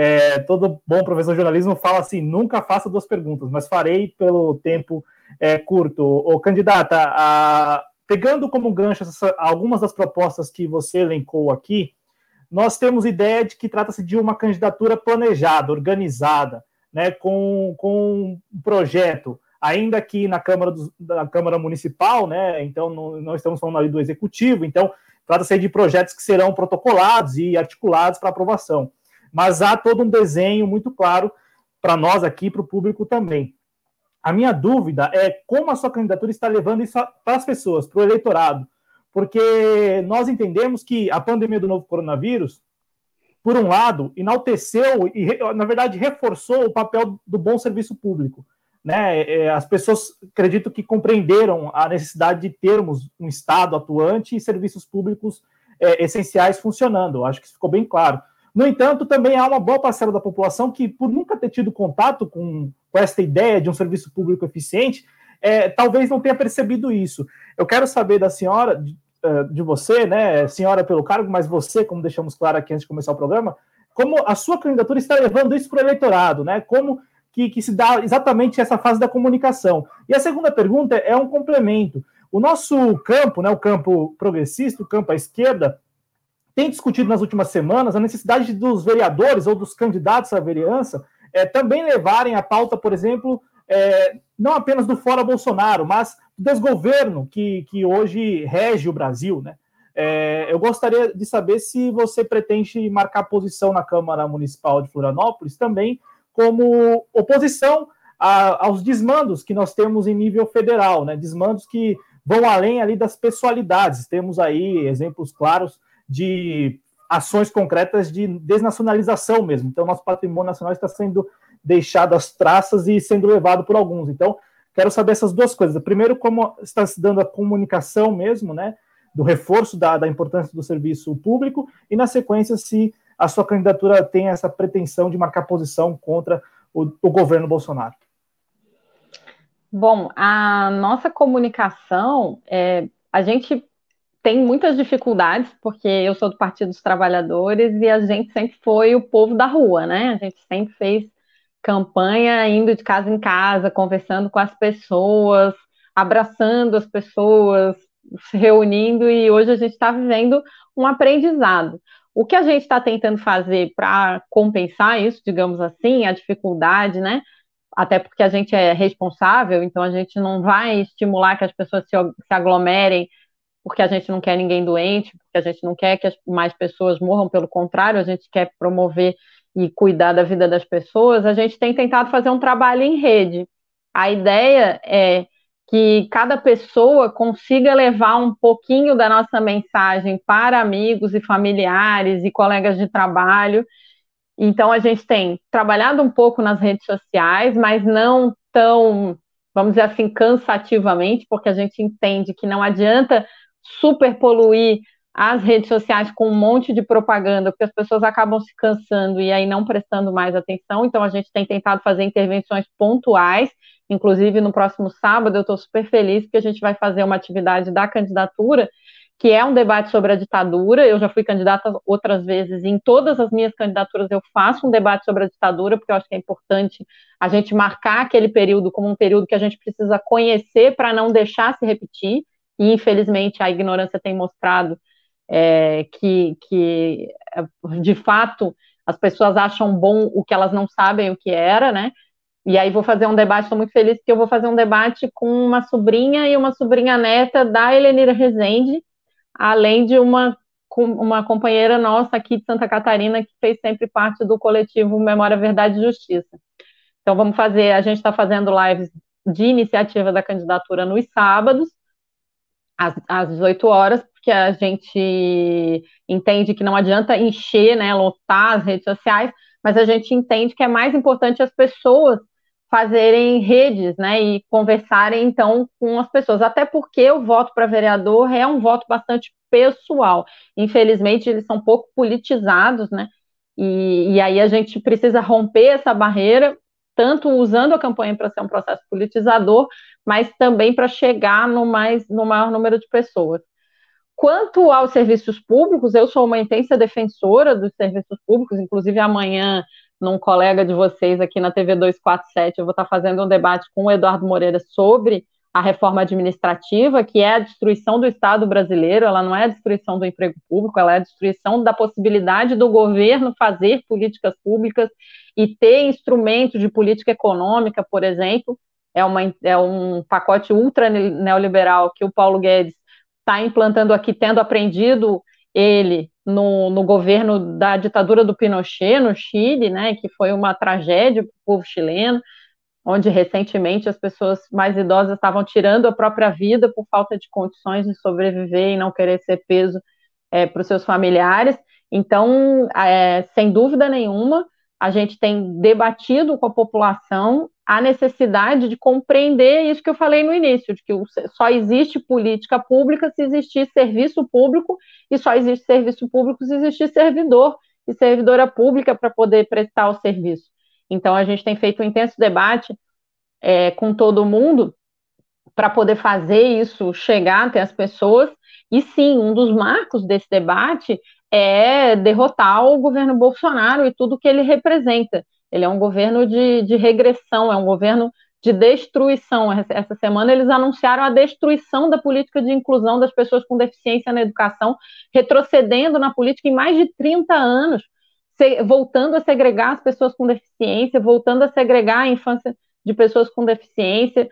Todo bom professor de jornalismo fala assim, nunca faça 2 perguntas, mas farei pelo tempo curto. Ô, candidata, pegando como gancho algumas das propostas que você elencou aqui, nós temos ideia de que trata-se de uma candidatura planejada, organizada, né, com um projeto, ainda aqui na Câmara Municipal, né, então não estamos falando ali do Executivo, então trata-se de projetos que serão protocolados e articulados para aprovação. Mas há todo um desenho muito claro para nós aqui, para o público também. A minha dúvida é como a sua candidatura está levando isso para as pessoas, para o eleitorado, porque nós entendemos que a pandemia do novo coronavírus, por um lado, enalteceu e, na verdade, reforçou o papel do bom serviço público, né? As pessoas, acredito que compreenderam a necessidade de termos um Estado atuante e serviços públicos essenciais funcionando. Acho que isso ficou bem claro. No entanto, também há uma boa parcela da população que, por nunca ter tido contato com essa ideia de um serviço público eficiente, talvez não tenha percebido isso. Eu quero saber da senhora, de você, né, senhora pelo cargo, mas você, como deixamos claro aqui antes de começar o programa, como a sua candidatura está levando isso para o eleitorado, né? Como que se dá exatamente essa fase da comunicação. E a segunda pergunta é um complemento. O nosso campo, né, o campo progressista, o campo à esquerda, tem discutido nas últimas semanas a necessidade dos vereadores ou dos candidatos à vereança também levarem a pauta, por exemplo, não apenas do fora Bolsonaro, mas do desgoverno que hoje rege o Brasil, né? Eu gostaria de saber se você pretende marcar posição na Câmara Municipal de Florianópolis também como oposição aos desmandos que nós temos em nível federal, né? Desmandos que vão além ali das pessoalidades. Temos aí exemplos claros de ações concretas de desnacionalização mesmo. Então, nosso patrimônio nacional está sendo deixado às traças e sendo levado por alguns. Então, quero saber essas 2 coisas. Primeiro, como está se dando a comunicação mesmo, né, do reforço da importância do serviço público, e, na sequência, se a sua candidatura tem essa pretensão de marcar posição contra o governo Bolsonaro. Bom, a nossa comunicação, a gente tem muitas dificuldades, porque eu sou do Partido dos Trabalhadores e a gente sempre foi o povo da rua, né? A gente sempre fez campanha indo de casa em casa, conversando com as pessoas, abraçando as pessoas, se reunindo, e hoje a gente está vivendo um aprendizado. O que a gente está tentando fazer para compensar isso, digamos assim, a dificuldade, né? Até porque a gente é responsável, então a gente não vai estimular que as pessoas se aglomerem porque a gente não quer ninguém doente, porque a gente não quer que mais pessoas morram, pelo contrário, a gente quer promover e cuidar da vida das pessoas. A gente tem tentado fazer um trabalho em rede. A ideia é que cada pessoa consiga levar um pouquinho da nossa mensagem para amigos e familiares e colegas de trabalho, Então, a gente tem trabalhado um pouco nas redes sociais, mas não tão, vamos dizer assim, cansativamente, porque a gente entende que não adianta super poluir as redes sociais com um monte de propaganda, porque as pessoas acabam se cansando e aí não prestando mais atenção. Então, a gente tem tentado fazer intervenções pontuais. Inclusive, no próximo sábado, eu estou super feliz porque a gente vai fazer uma atividade da candidatura, que é um debate sobre a ditadura. Eu já fui candidata outras vezes, e em todas as minhas candidaturas eu faço um debate sobre a ditadura, porque eu acho que é importante a gente marcar aquele período como um período que a gente precisa conhecer para não deixar se repetir, e infelizmente a ignorância tem mostrado que, de fato, as pessoas acham bom o que elas não sabem o que era, né? E aí vou fazer um debate, estou muito feliz porque eu vou fazer um debate com uma sobrinha e uma sobrinha neta da Helenira Rezende, além de uma companheira nossa aqui de Santa Catarina, que fez sempre parte do coletivo Memória, Verdade e Justiça. Então vamos fazer, a gente está fazendo lives de iniciativa da candidatura nos sábados, às 18 horas, porque a gente entende que não adianta encher, né, lotar as redes sociais, mas a gente entende que é mais importante as pessoas fazerem redes, né, e conversarem, então, com as pessoas, até porque o voto para vereador é um voto bastante pessoal. Infelizmente, eles são pouco politizados, né, e aí a gente precisa romper essa barreira, tanto usando a campanha para ser um processo politizador, mas também para chegar no maior número de pessoas. Quanto aos serviços públicos, eu sou uma intensa defensora dos serviços públicos, inclusive amanhã, num colega de vocês aqui na TV 247, eu vou estar fazendo um debate com o Eduardo Moreira sobre a reforma administrativa, que é a destruição do Estado brasileiro. Ela não é a destruição do emprego público, ela é a destruição da possibilidade do governo fazer políticas públicas e ter instrumentos de política econômica, por exemplo. É um pacote ultra neoliberal que o Paulo Guedes está implantando aqui, tendo aprendido ele no governo da ditadura do Pinochet, no Chile, né, que foi uma tragédia para o povo chileno, onde recentemente as pessoas mais idosas estavam tirando a própria vida por falta de condições de sobreviver e não querer ser peso para os seus familiares. Então, sem dúvida nenhuma, a gente tem debatido com a população a necessidade de compreender isso que eu falei no início, de que só existe política pública se existir serviço público, e só existe serviço público se existir servidor e servidora pública para poder prestar o serviço. Então, a gente tem feito um intenso debate com todo mundo para poder fazer isso chegar até as pessoas. E sim, um dos marcos desse debate é derrotar o governo Bolsonaro e tudo que ele representa. Ele é um governo de regressão, é um governo de destruição. Essa semana eles anunciaram a destruição da política de inclusão das pessoas com deficiência na educação, retrocedendo na política em mais de 30 anos, voltando a segregar as pessoas com deficiência, voltando a segregar a infância de pessoas com deficiência,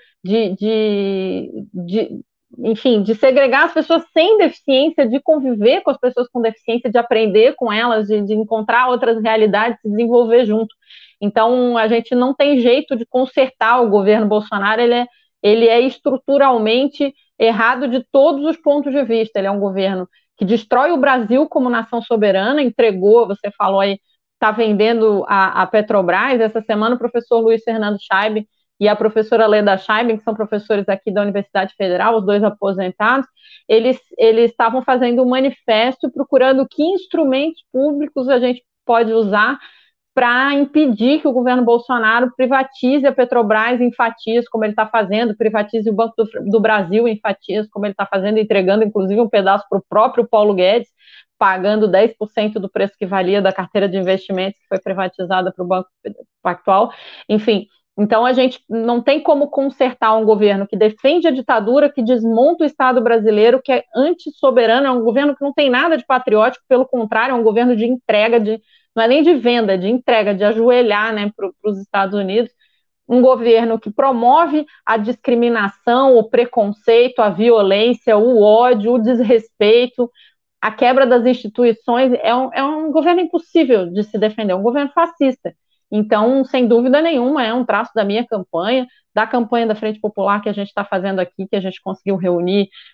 enfim, de segregar as pessoas sem deficiência, de conviver com as pessoas com deficiência, de aprender com elas, de encontrar outras realidades, se desenvolver junto. Então, a gente não tem jeito de consertar o governo Bolsonaro, ele é estruturalmente errado de todos os pontos de vista. Ele é um governo que destrói o Brasil como nação soberana, entregou, você falou aí, está vendendo a Petrobras. Essa semana o professor Luiz Fernando Scheibe e a professora Leda Scheibe, que são professores aqui da Universidade Federal, os dois aposentados, eles estavam fazendo um manifesto procurando que instrumentos públicos a gente pode usar para impedir que o governo Bolsonaro privatize a Petrobras em fatias, como ele está fazendo, privatize o Banco do Brasil em fatias, como ele está fazendo, entregando inclusive um pedaço para o próprio Paulo Guedes, pagando 10% do preço que valia da carteira de investimentos que foi privatizada para o Banco Pactual. Enfim, então a gente não tem como consertar um governo que defende a ditadura, que desmonta o Estado brasileiro, que é antissoberano, é um governo que não tem nada de patriótico, pelo contrário, é um governo de entrega, não é nem de venda, de entrega, de ajoelhar, né, para os Estados Unidos. Um governo que promove a discriminação, o preconceito, a violência, o ódio, o desrespeito, a quebra das instituições. É um governo impossível de se defender, é um governo fascista. Então, sem dúvida nenhuma, é um traço da minha campanha, da campanha da Frente Popular que a gente está fazendo aqui, que a gente conseguiu reunir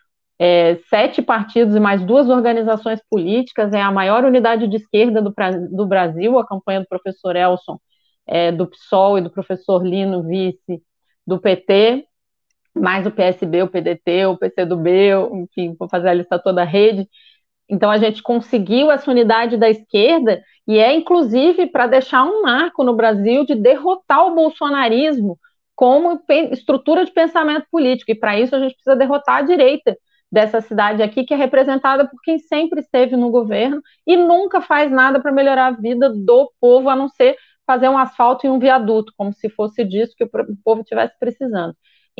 7 partidos e mais 2 organizações políticas, é a maior unidade de esquerda do Brasil, a campanha do professor Elson, do PSOL e do professor Lino, vice, do PT, mais o PSB, o PDT, o PCdoB, enfim, vou fazer a lista toda, a rede. Então, a gente conseguiu essa unidade da esquerda, e inclusive, para deixar um marco no Brasil de derrotar o bolsonarismo como estrutura de pensamento político, e para isso a gente precisa derrotar a direita dessa cidade aqui, que é representada por quem sempre esteve no governo e nunca faz nada para melhorar a vida do povo, a não ser fazer um asfalto e um viaduto, como se fosse disso que o povo estivesse precisando.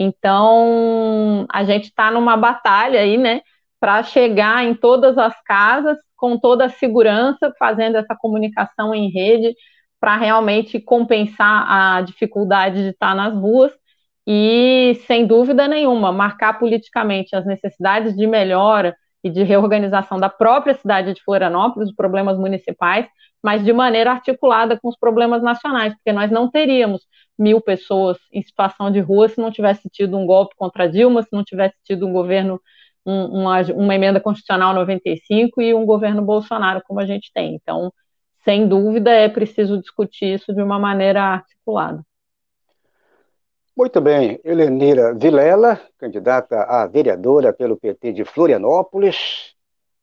Então, a gente está numa batalha aí, né, para chegar em todas as casas, com toda a segurança, fazendo essa comunicação em rede, para realmente compensar a dificuldade de estar nas ruas e, sem dúvida nenhuma, marcar politicamente as necessidades de melhora e de reorganização da própria cidade de Florianópolis, os problemas municipais, mas de maneira articulada com os problemas nacionais, porque nós não teríamos 1.000 pessoas em situação de rua se não tivesse tido um golpe contra Dilma, se não tivesse tido um governo, uma emenda constitucional 95 e um governo Bolsonaro, como a gente tem. Então, sem dúvida, é preciso discutir isso de uma maneira articulada. Muito bem, Helenira Vilela, candidata a vereadora pelo PT de Florianópolis,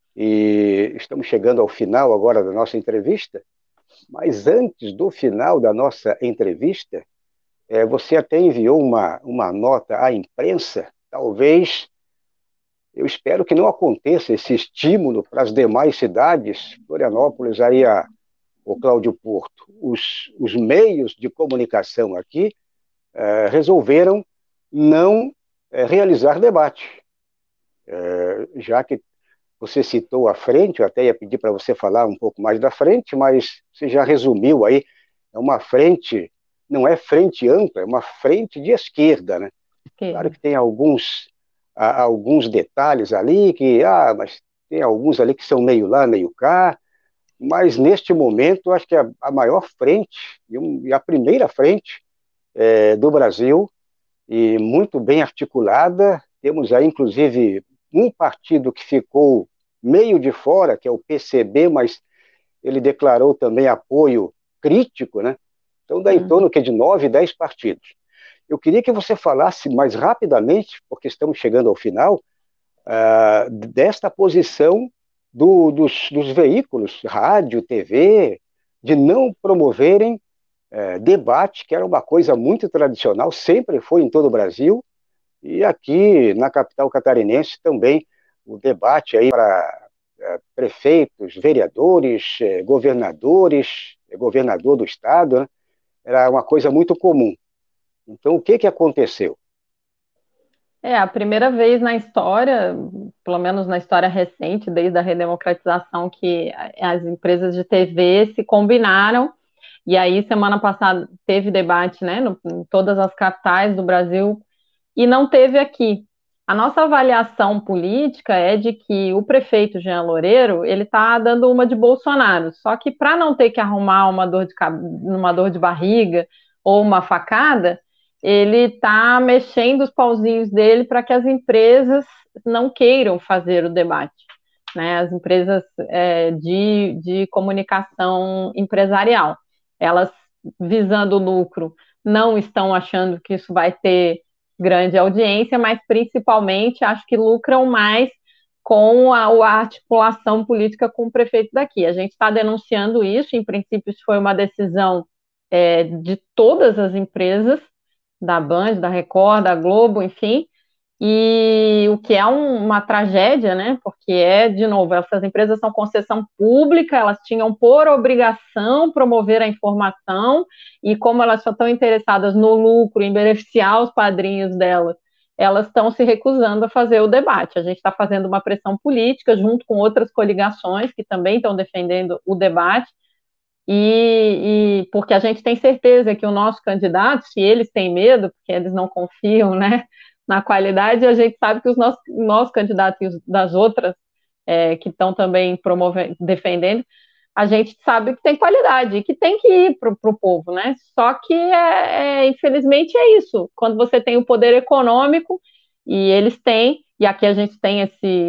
e estamos chegando ao final agora da nossa entrevista, mas antes do final da nossa entrevista, você até enviou uma nota à imprensa, talvez, eu espero que não aconteça esse estímulo para as demais cidades, Florianópolis, aí o Cláudio Porto, os meios de comunicação aqui, resolveram não realizar debate. Já que você citou a frente, eu até ia pedir para você falar um pouco mais da frente, mas você já resumiu aí, é uma frente, não é frente ampla, é uma frente de esquerda, né? Claro que tem alguns detalhes ali, mas tem alguns ali que são meio lá, meio cá, mas neste momento, acho que a maior frente, e a primeira frente, do Brasil, e muito bem articulada. Temos aí, inclusive, um partido que ficou meio de fora, que é o PCB, mas ele declarou também apoio crítico, né? Então dá em torno de 9, 10 partidos. Eu queria que você falasse mais rapidamente, porque estamos chegando ao final, desta posição dos veículos, rádio, TV, de não promoverem debate, que era uma coisa muito tradicional, sempre foi em todo o Brasil, e aqui na capital catarinense também o debate aí para prefeitos, vereadores, governadores, governador do estado, né, era uma coisa muito comum. Então, o que aconteceu? A primeira vez na história, pelo menos na história recente, desde a redemocratização, que as empresas de TV se combinaram. E aí, semana passada, teve debate, né, em todas as capitais do Brasil, e não teve aqui. A nossa avaliação política é de que o prefeito Jean Loureiro, ele está dando uma de Bolsonaro, só que para não ter que arrumar uma dor de barriga ou uma facada, ele está mexendo os pauzinhos dele para que as empresas não queiram fazer o debate, né, as empresas de comunicação empresarial. Elas, visando o lucro, não estão achando que isso vai ter grande audiência, mas principalmente acho que lucram mais com a articulação política com o prefeito daqui. A gente está denunciando isso, em princípio isso foi uma decisão de todas as empresas, da Band, da Record, da Globo, enfim, e o que é uma tragédia, né? Porque de novo, essas empresas são concessão pública, elas tinham por obrigação promover a informação, e como elas só estão interessadas no lucro, em beneficiar os padrinhos delas, elas estão se recusando a fazer o debate. A gente está fazendo uma pressão política junto com outras coligações que também estão defendendo o debate, e porque a gente tem certeza que o nosso candidato, se eles têm medo, porque eles não confiam, né, na qualidade, a gente sabe que os nossos candidatos e das outras que estão também defendendo, a gente sabe que tem qualidade e que tem que ir para o povo, né? Só que, infelizmente, é isso. Quando você tem o poder econômico, e eles têm, e aqui a gente tem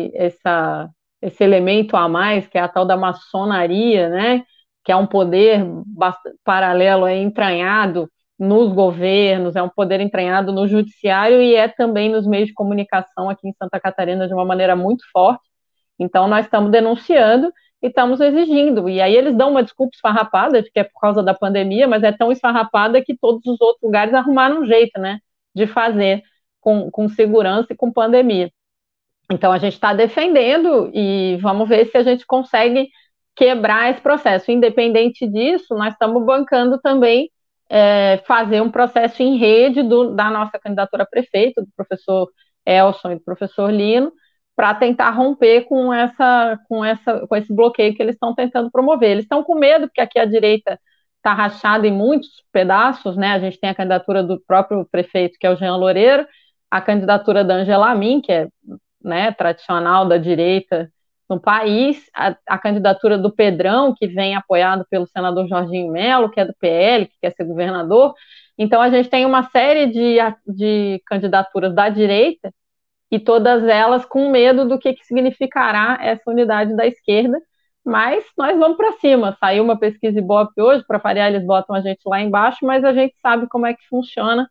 esse elemento a mais, que é a tal da maçonaria, né, que é um poder paralelo, entranhado nos governos, é um poder entranhado no judiciário e é também nos meios de comunicação aqui em Santa Catarina de uma maneira muito forte. Então, nós estamos denunciando e estamos exigindo. E aí eles dão uma desculpa esfarrapada, de que é por causa da pandemia, mas é tão esfarrapada que todos os outros lugares arrumaram um jeito, né, de fazer com segurança e com pandemia. Então, a gente está defendendo e vamos ver se a gente consegue quebrar esse processo. Independente disso, nós estamos bancando também fazer um processo em rede da nossa candidatura a prefeito, do professor Elson e do professor Lino, para tentar romper com esse bloqueio que eles estão tentando promover. Eles estão com medo, porque aqui a direita está rachada em muitos pedaços, né? A gente tem a candidatura do próprio prefeito, que é o Jean Loureiro, a candidatura da Angela Amin, que é, né, tradicional da direita no país, a candidatura do Pedrão, que vem apoiado pelo senador Jorginho Melo, que é do PL, que quer ser governador. Então, a gente tem uma série de candidaturas da direita e todas elas com medo do que significará essa unidade da esquerda, mas nós vamos para cima. Saiu uma pesquisa Ibope hoje, para variar, eles botam a gente lá embaixo, mas a gente sabe como é que funciona.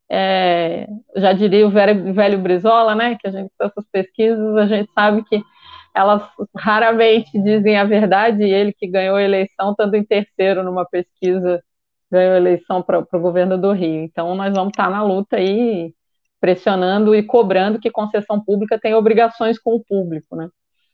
Já diria o velho Brizola, né, que a gente, essas pesquisas, a gente sabe que elas raramente dizem a verdade, e ele que ganhou a eleição, estando em terceiro numa pesquisa, ganhou a eleição para o governo do Rio. Então, nós vamos estar na luta aí, pressionando e cobrando que concessão pública tem obrigações com o público, né?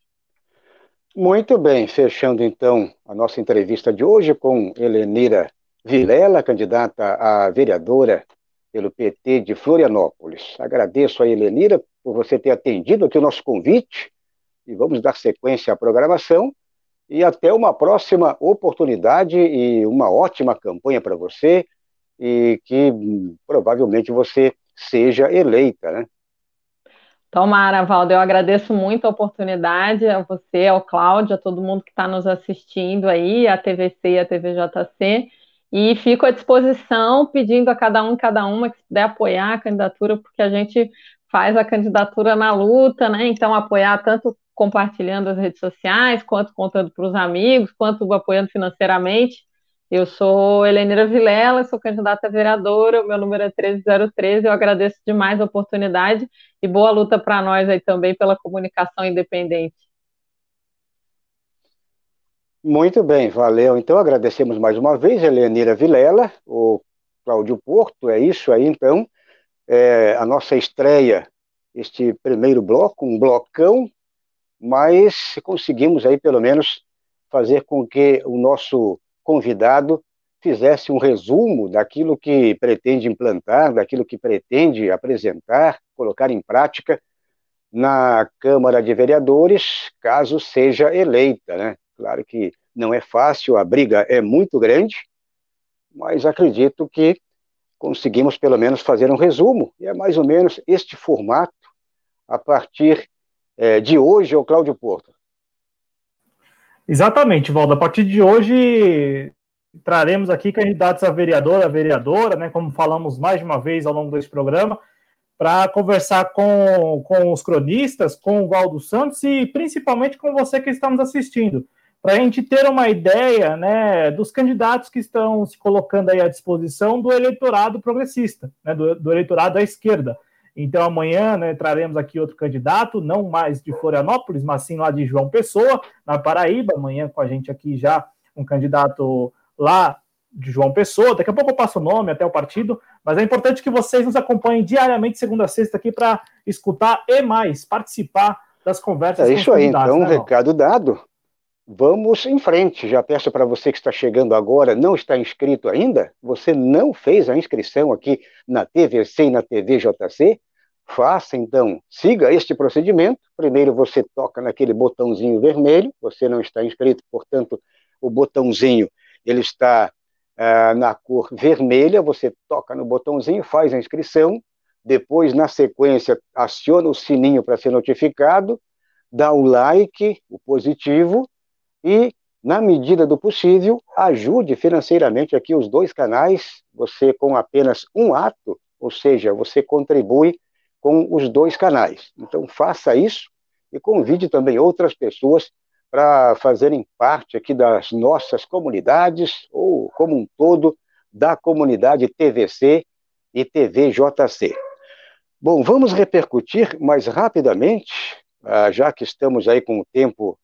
Muito bem, fechando então a nossa entrevista de hoje com Helenira Vilela, candidata a vereadora pelo PT de Florianópolis. Agradeço a Helenira por você ter atendido aqui o nosso convite e vamos dar sequência à programação e até uma próxima oportunidade e uma ótima campanha para você e que provavelmente você seja eleita, né? Tomara, Valdo, eu agradeço muito a oportunidade, a você, ao Cláudio, a todo mundo que está nos assistindo aí, a TVC e a TVJC, e fico à disposição, pedindo a cada um e cada uma que puder apoiar a candidatura, porque a gente faz a candidatura na luta, né? Então, apoiar tanto compartilhando as redes sociais, quanto contando para os amigos, quanto apoiando financeiramente. Eu sou Helenira Vilela, sou candidata a vereadora, o meu número é 13013, eu agradeço demais a oportunidade e boa luta para nós aí também pela comunicação independente. Muito bem, valeu. Então agradecemos mais uma vez a Helenira Vilela, o Cláudio Porto, é isso aí então, a nossa estreia, este primeiro bloco, um blocão, mas conseguimos aí pelo menos fazer com que o nosso convidado fizesse um resumo daquilo que pretende implantar, daquilo que pretende apresentar, colocar em prática na Câmara de Vereadores, caso seja eleita, né? Claro que não é fácil, a briga é muito grande, mas acredito que conseguimos pelo menos fazer um resumo, e é mais ou menos este formato a partir de hoje, o Cláudio Porto. Exatamente, Valdo. A partir de hoje, traremos aqui candidatos a vereadora, né, como falamos mais de uma vez ao longo desse programa, para conversar com os cronistas, com o Valdo Santos e principalmente com você que está nos assistindo, para a gente ter uma ideia, né, dos candidatos que estão se colocando aí à disposição do eleitorado progressista, né, do eleitorado da esquerda. Então, amanhã, né, traremos aqui outro candidato, não mais de Florianópolis, mas sim lá de João Pessoa, na Paraíba. Amanhã com a gente aqui já um candidato lá de João Pessoa. Daqui a pouco eu passo o nome até o partido, mas é importante que vocês nos acompanhem diariamente, segunda a sexta, aqui para escutar e mais, participar das conversas com os candidatos. É isso aí, então, né, recado dado. Vamos em frente. Já peço para você que está chegando agora, não está inscrito ainda, você não fez a inscrição aqui na TVC e na TVJC, faça então, siga este procedimento. Primeiro você toca naquele botãozinho vermelho, você não está inscrito, portanto, o botãozinho ele está na cor vermelha, você toca no botãozinho, faz a inscrição, depois, na sequência, aciona o sininho para ser notificado, dá o like, o positivo, e, na medida do possível, ajude financeiramente aqui os dois canais, você com apenas um ato, ou seja, você contribui com os dois canais. Então, faça isso e convide também outras pessoas para fazerem parte aqui das nossas comunidades, ou como um todo, da comunidade TVC e TVJC. Bom, vamos repercutir mais rapidamente, já que estamos aí com o tempo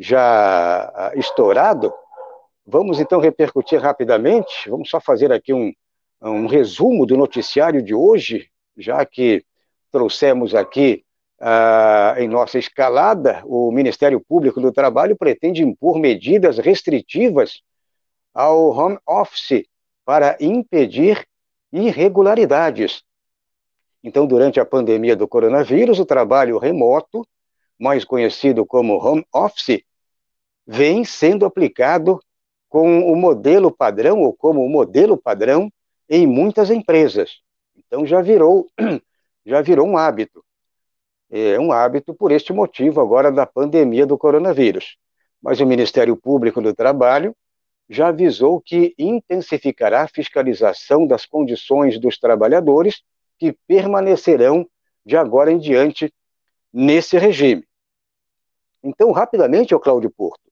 já estourado, vamos então repercutir rapidamente, vamos só fazer aqui um resumo do noticiário de hoje, já que trouxemos aqui em nossa escalada, o Ministério Público do Trabalho pretende impor medidas restritivas ao home office para impedir irregularidades. Então, durante a pandemia do coronavírus, o trabalho remoto, mais conhecido como home office, vem sendo aplicado com o modelo padrão, ou como o modelo padrão, em muitas empresas. Então, já virou um hábito. É um hábito por este motivo agora da pandemia do coronavírus. Mas o Ministério Público do Trabalho já avisou que intensificará a fiscalização das condições dos trabalhadores que permanecerão de agora em diante nesse regime. Então, rapidamente, Cláudio Porto,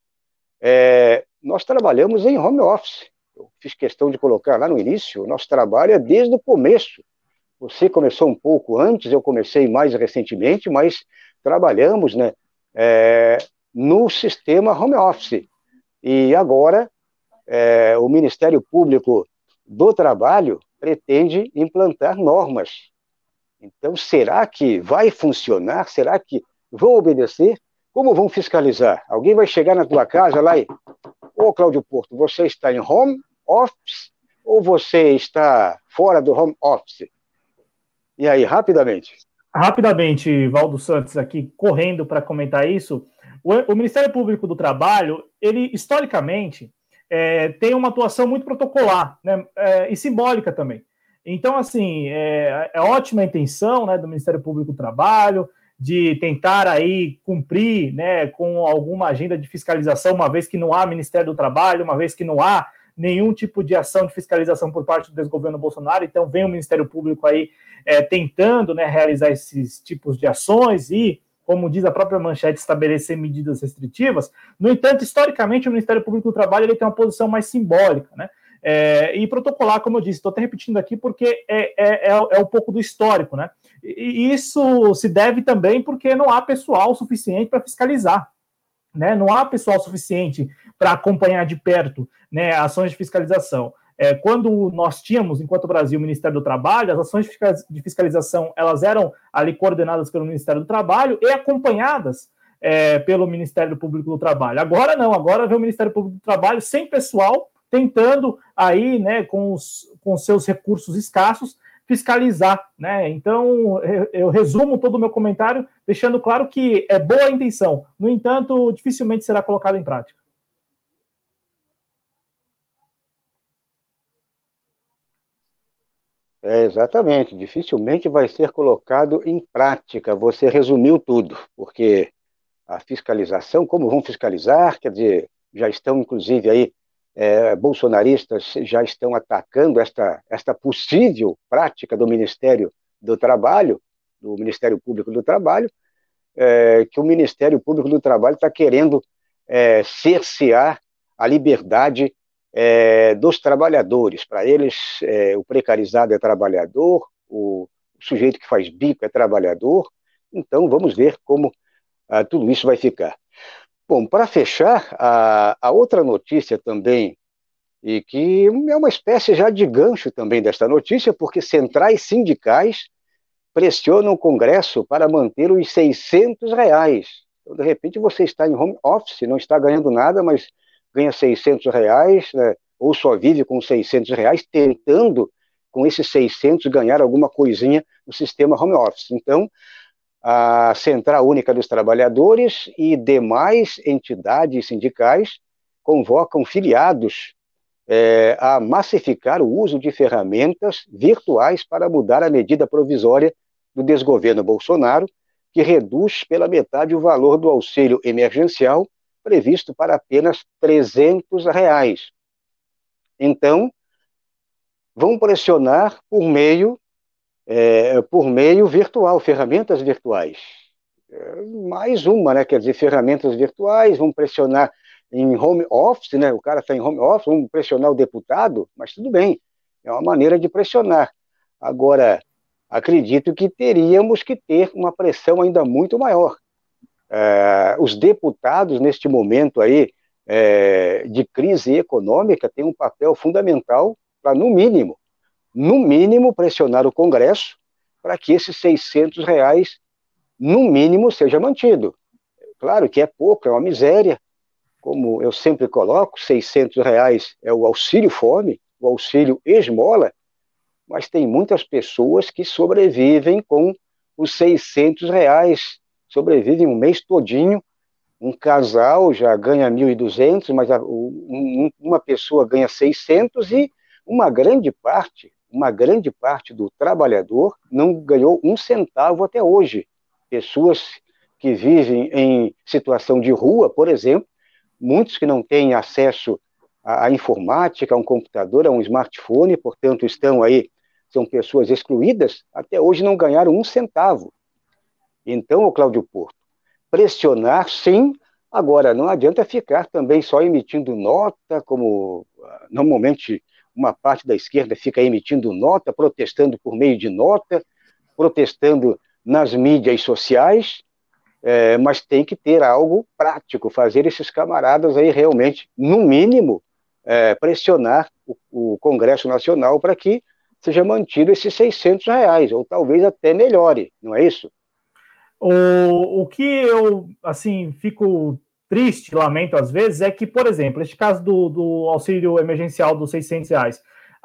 nós trabalhamos em home office. Eu fiz questão de colocar lá no início, o nosso trabalho é desde o começo. Você começou um pouco antes, eu comecei mais recentemente, mas trabalhamos, né, no sistema home office. E agora, o Ministério Público do Trabalho pretende implantar normas. Então, será que vai funcionar? Será que vão obedecer? Como vão fiscalizar? Alguém vai chegar na tua casa lá e... Ô, Cláudio Porto, você está em home office ou você está fora do home office? E aí, rapidamente? Rapidamente, Valdo Santos aqui, correndo para comentar isso. O Ministério Público do Trabalho, ele, historicamente, tem uma atuação muito protocolar, né, e simbólica também. Então, assim, é ótima a intenção, né, do Ministério Público do Trabalho de tentar aí cumprir, né, com alguma agenda de fiscalização, uma vez que não há Ministério do Trabalho, uma vez que não há nenhum tipo de ação de fiscalização por parte do desgoverno Bolsonaro. Então, vem o Ministério Público aí tentando, né, realizar esses tipos de ações e, como diz a própria manchete, estabelecer medidas restritivas. No entanto, historicamente, o Ministério Público do Trabalho ele tem uma posição mais simbólica, né? E protocolar, como eu disse, estou até repetindo aqui porque é um pouco do histórico, né? E isso se deve também porque não há pessoal suficiente para fiscalizar, né? Não há pessoal suficiente para acompanhar de perto, né, ações de fiscalização. Quando nós tínhamos, enquanto Brasil, o Ministério do Trabalho, as ações de fiscalização elas eram ali coordenadas pelo Ministério do Trabalho e acompanhadas pelo Ministério Público do Trabalho. Agora não, agora vem o Ministério Público do Trabalho sem pessoal, tentando aí, né, com seus recursos escassos, fiscalizar, né? Então, eu resumo todo o meu comentário, deixando claro que é boa a intenção, no entanto, dificilmente será colocado em prática. Exatamente, dificilmente vai ser colocado em prática. Você resumiu tudo, porque a fiscalização, como vão fiscalizar, quer dizer, já estão, inclusive, aí, bolsonaristas já estão atacando esta possível prática do Ministério do Trabalho, do Ministério Público do Trabalho, que o Ministério Público do Trabalho está querendo cercear a liberdade dos trabalhadores. Para eles, o precarizado é trabalhador, o sujeito que faz bico é trabalhador. Então, vamos ver como tudo isso vai ficar. Bom, para fechar, a outra notícia também, e que é uma espécie já de gancho também desta notícia, porque centrais sindicais pressionam o Congresso para manter os R$600. Então, de repente, você está em home office, não está ganhando nada, mas ganha R$600, né? Ou só vive com R$600, tentando, com esses 600, ganhar alguma coisinha no sistema home office. Então, a Central Única dos Trabalhadores e demais entidades sindicais convocam filiados a massificar o uso de ferramentas virtuais para mudar a medida provisória do desgoverno Bolsonaro, que reduz pela metade o valor do auxílio emergencial previsto para apenas R$300. Então, vão pressionar por meio por meio virtual, ferramentas virtuais. Mais uma, né? Quer dizer, ferramentas virtuais, vamos pressionar em home office, né? O cara está em home office, vamos pressionar o deputado, mas tudo bem, é uma maneira de pressionar. Agora, acredito que teríamos que ter uma pressão ainda muito maior. Os deputados, neste momento aí, de crise econômica, têm um papel fundamental para, no mínimo, pressionar o Congresso para que esses R$ 600, no mínimo, seja mantido. Claro que é pouco, é uma miséria, como eu sempre coloco, R$ 600 é o auxílio fome, o auxílio esmola, mas tem muitas pessoas que sobrevivem com os R$ 600, sobrevivem um mês todinho. Um casal já ganha 1.200, mas uma pessoa ganha 600 e uma grande parte do trabalhador não ganhou um centavo até hoje. Pessoas que vivem em situação de rua, por exemplo, muitos que não têm acesso à informática, a um computador, a um smartphone, portanto estão aí, são pessoas excluídas, até hoje não ganharam um centavo. Então, Cláudio Porto, pressionar, sim. Agora, não adianta ficar também só emitindo nota, como normalmente uma parte da esquerda fica emitindo nota, protestando por meio de nota, protestando nas mídias sociais, mas tem que ter algo prático, fazer esses camaradas aí realmente, no mínimo, pressionar o Congresso Nacional para que seja mantido esses R$ 600, ou talvez até melhore, não é isso? O que eu, assim, fico triste, lamento às vezes, é que, por exemplo, este caso do auxílio emergencial dos R$ 600,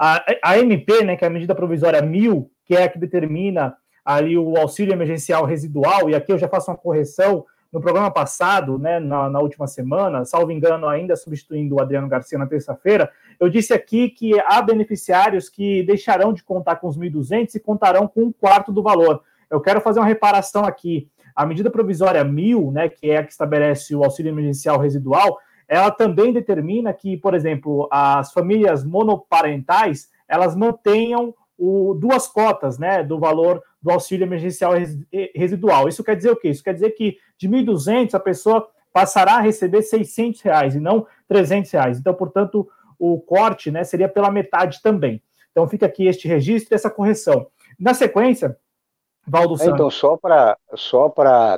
a MP, né, que é a medida provisória 1000, que é a que determina ali o auxílio emergencial residual, e aqui eu já faço uma correção, no programa passado, né, na última semana, salvo engano, ainda substituindo o Adriano Garcia na terça-feira, eu disse aqui que há beneficiários que deixarão de contar com os 1.200 e contarão com um quarto do valor. Eu quero fazer uma reparação aqui. A medida provisória 1000, né, que é a que estabelece o auxílio emergencial residual, ela também determina que, por exemplo, as famílias monoparentais, elas mantenham duas cotas, né, do valor do auxílio emergencial residual. Isso quer dizer o quê? Isso quer dizer que de 1.200 a pessoa passará a receber R$ 600 e não R$ 300. Então, portanto, o corte, né, seria pela metade também. Então, fica aqui este registro e essa correção. Na sequência, Valdo Santos. Então, só para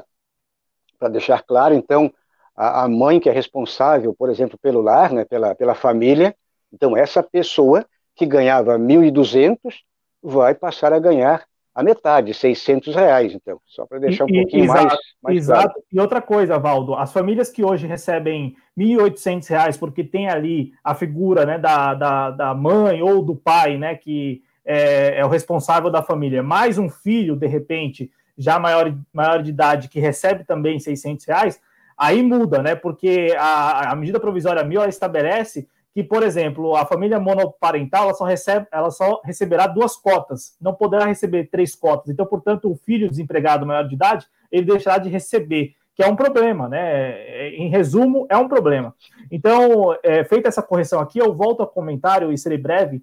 deixar claro, então, a mãe que é responsável, por exemplo, pelo lar, né, pela família, então essa pessoa que ganhava 1.200 vai passar a ganhar a metade, R$ 600, então, só para deixar um pouquinho mais exato. Claro. E outra coisa, Valdo, as famílias que hoje recebem R$ 1.800, porque tem ali a figura, né, da mãe ou do pai, né, que é o responsável da família, mais um filho, de repente, já maior de idade, que recebe também R$ 600, aí muda, né? Porque a medida provisória 1000 ela estabelece que, por exemplo, a família monoparental ela só receberá 2 cotas, não poderá receber 3 cotas. Então, portanto, o filho desempregado maior de idade, ele deixará de receber, que é um problema, né? Em resumo, é um problema. Então, feita essa correção aqui, eu volto ao comentário e serei breve.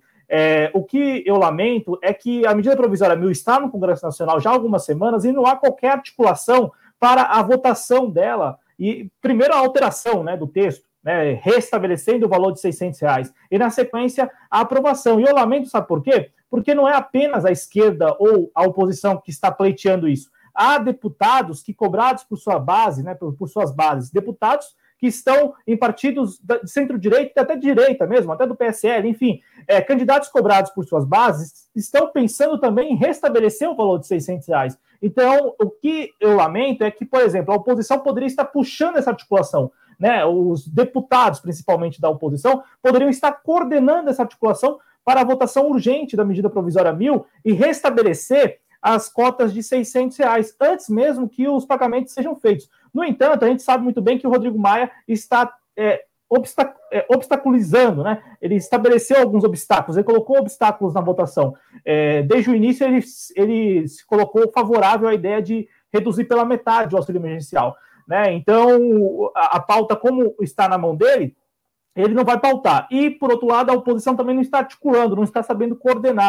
O que eu lamento é que a medida provisória 1000 está no Congresso Nacional já há algumas semanas e não há qualquer articulação para a votação dela e, primeiro, a alteração, né, do texto, né, restabelecendo o valor de R$ 600 e, na sequência, a aprovação. E eu lamento, sabe por quê? Porque não é apenas a esquerda ou a oposição que está pleiteando isso. Há deputados que, cobrados por sua base, né, por suas bases, deputados que estão em partidos de centro-direita, até de direita mesmo, até do PSL, enfim, candidatos cobrados por suas bases estão pensando também em restabelecer o valor de R$ 600. Então, o que eu lamento é que, por exemplo, a oposição poderia estar puxando essa articulação, né? Os deputados, principalmente da oposição, poderiam estar coordenando essa articulação para a votação urgente da medida provisória 1000 e restabelecer as cotas de R$ 600, antes mesmo que os pagamentos sejam feitos. No entanto, a gente sabe muito bem que o Rodrigo Maia está obstaculizando, né? Ele estabeleceu alguns obstáculos, ele colocou obstáculos na votação. Desde o início, ele se colocou favorável à ideia de reduzir pela metade o auxílio emergencial, né? Então, a pauta, como está na mão dele, ele não vai pautar. E, por outro lado, a oposição também não está articulando, não está sabendo coordenar,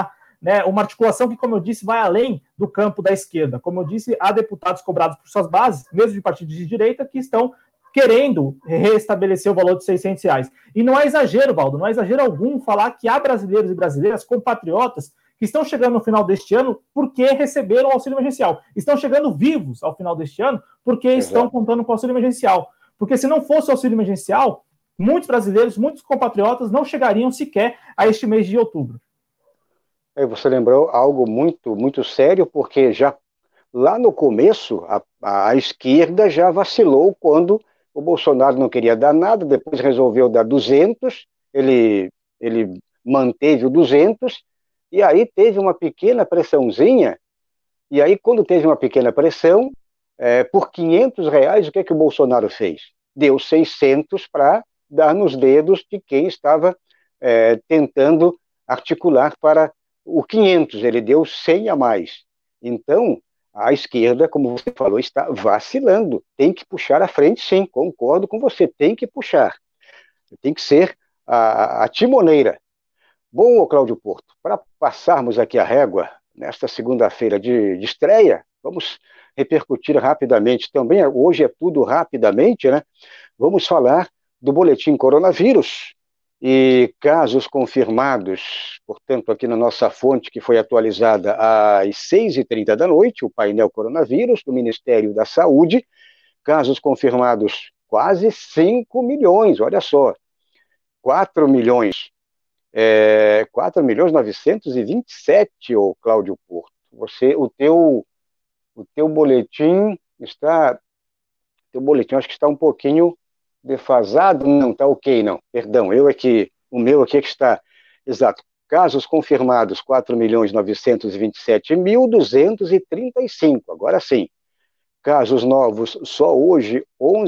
né, uma articulação que, como eu disse, vai além do campo da esquerda. Como eu disse, há deputados cobrados por suas bases, mesmo de partidos de direita, que estão querendo restabelecer o valor de R$ 600. E não é exagero, Valdo, não é exagero algum falar que há brasileiros e brasileiras, compatriotas, que estão chegando no final deste ano porque receberam o auxílio emergencial. Estão chegando vivos ao final deste ano porque estão contando com o auxílio emergencial. Porque se não fosse o auxílio emergencial, muitos brasileiros, muitos compatriotas não chegariam sequer a este mês de outubro. Você lembrou algo muito, muito sério, porque já lá no começo, a esquerda já vacilou quando o Bolsonaro não queria dar nada, depois resolveu dar 200, ele manteve o 200, e aí teve uma pequena pressãozinha, e aí quando teve uma pequena pressão, por R$ 500, o que é que o Bolsonaro fez? Deu 600 para dar nos dedos de quem estava tentando articular para o 500, ele deu 100 a mais. Então, a esquerda, como você falou, está vacilando. Tem que puxar à frente, sim, concordo com você, tem que puxar. Tem que ser a timoneira. Bom, Cláudio Porto, para passarmos aqui a régua, nesta segunda-feira de estreia, vamos repercutir rapidamente também, hoje é tudo rapidamente, né? Vamos falar do boletim coronavírus e casos confirmados, portanto, aqui na nossa fonte, que foi atualizada às 6h30 da noite, o painel coronavírus do Ministério da Saúde, casos confirmados quase 5 milhões, olha só, 4 milhões, 4.927.000, ô Cláudio Porto. O teu boletim está, acho que está um pouquinho defasado, não, está ok, não, perdão, o meu aqui é que está, exato, casos confirmados 4.927.235, agora sim, casos novos só hoje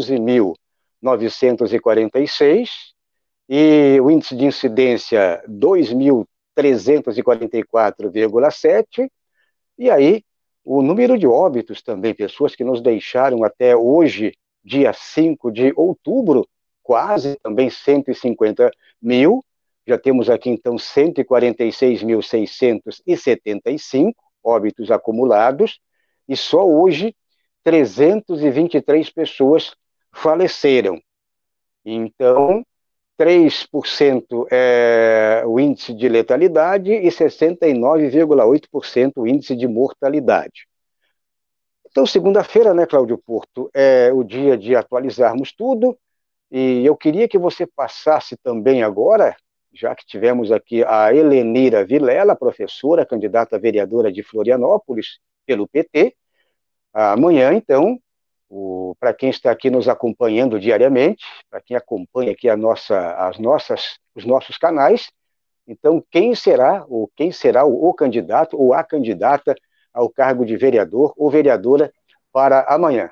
11.946, e o índice de incidência 2.344,7, e aí o número de óbitos também, pessoas que nos deixaram até hoje, dia 5 de outubro, quase também 150 mil, já temos aqui então 146.675 óbitos acumulados, e só hoje 323 pessoas faleceram. Então, 3% é o índice de letalidade e 69,8% o índice de mortalidade. Então, segunda-feira, né, Cláudio Porto, é o dia de atualizarmos tudo, e eu queria que você passasse também agora, já que tivemos aqui a Helenira Vilela, professora, candidata a vereadora de Florianópolis, pelo PT. Amanhã, então, para quem está aqui nos acompanhando diariamente, para quem acompanha aqui os nossos canais, então, quem será o candidato ou a candidata ao cargo de vereador ou vereadora para amanhã?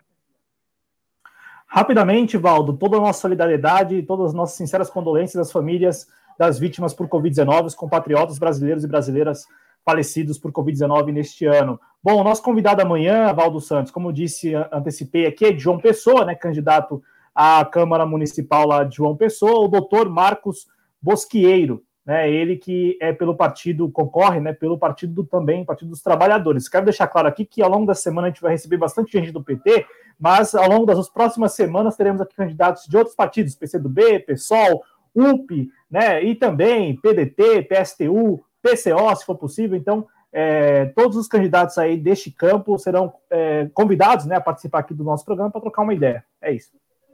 Rapidamente, Valdo, toda a nossa solidariedade e todas as nossas sinceras condolências às famílias das vítimas por Covid-19, os compatriotas brasileiros e brasileiras falecidos por Covid-19 neste ano. Bom, o nosso convidado amanhã, Valdo Santos, como eu disse, antecipei aqui, é de João Pessoa, né, candidato à Câmara Municipal lá de João Pessoa, o doutor Marcos Bosquieiro, né, ele que é pelo partido, concorre, né, pelo partido Partido dos Trabalhadores. Quero deixar claro aqui que ao longo da semana a gente vai receber bastante gente do PT, mas ao longo das próximas semanas teremos aqui candidatos de outros partidos, PCdoB, PSOL, UP, né, e também PDT, PSTU, PCO, se for possível. Então, todos os candidatos aí deste campo serão convidados, né, a participar aqui do nosso programa para trocar uma ideia. É isso.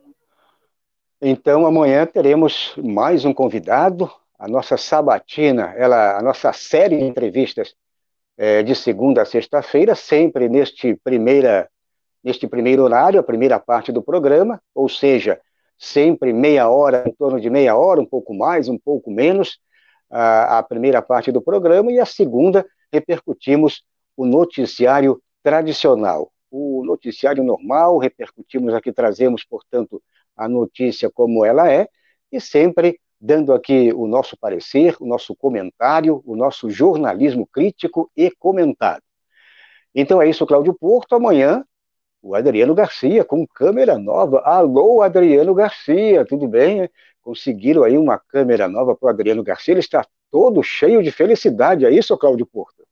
Então, amanhã teremos mais um convidado, a nossa sabatina, a nossa série de entrevistas de segunda a sexta-feira, sempre neste primeiro horário, a primeira parte do programa, ou seja, sempre meia hora, em torno de meia hora, um pouco mais, um pouco menos, a primeira parte do programa, e a segunda repercutimos o noticiário tradicional. O noticiário normal, repercutimos aqui, trazemos, portanto, a notícia como ela é, e sempre dando aqui o nosso parecer, o nosso comentário, o nosso jornalismo crítico e comentado. Então é isso, Cláudio Porto. Amanhã, o Adriano Garcia, com câmera nova. Alô, Adriano Garcia, tudo bem? Conseguiram aí uma câmera nova para o Adriano Garcia, ele está todo cheio de felicidade, é isso, Cláudio Porto?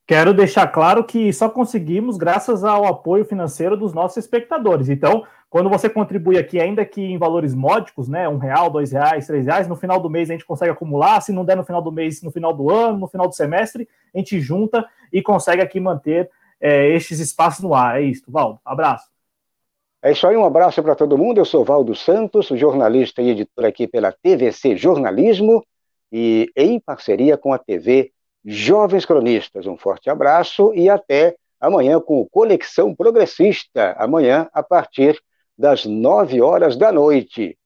Quero deixar claro que só conseguimos graças ao apoio financeiro dos nossos espectadores. Então, quando você contribui aqui, ainda que em valores módicos, né, R$1, R$2, R$3, no final do mês a gente consegue acumular, se não der no final do mês, no final do ano, no final do semestre, a gente junta e consegue aqui manter estes espaços no ar. É isso, Valdo. Abraço. É isso aí, um abraço para todo mundo. Eu sou Valdo Santos, jornalista e editor aqui pela TVC Jornalismo e em parceria com a TV Jovens Cronistas. Um forte abraço e até amanhã com o Conexão Progressista. Amanhã, a partir das 9 horas da noite.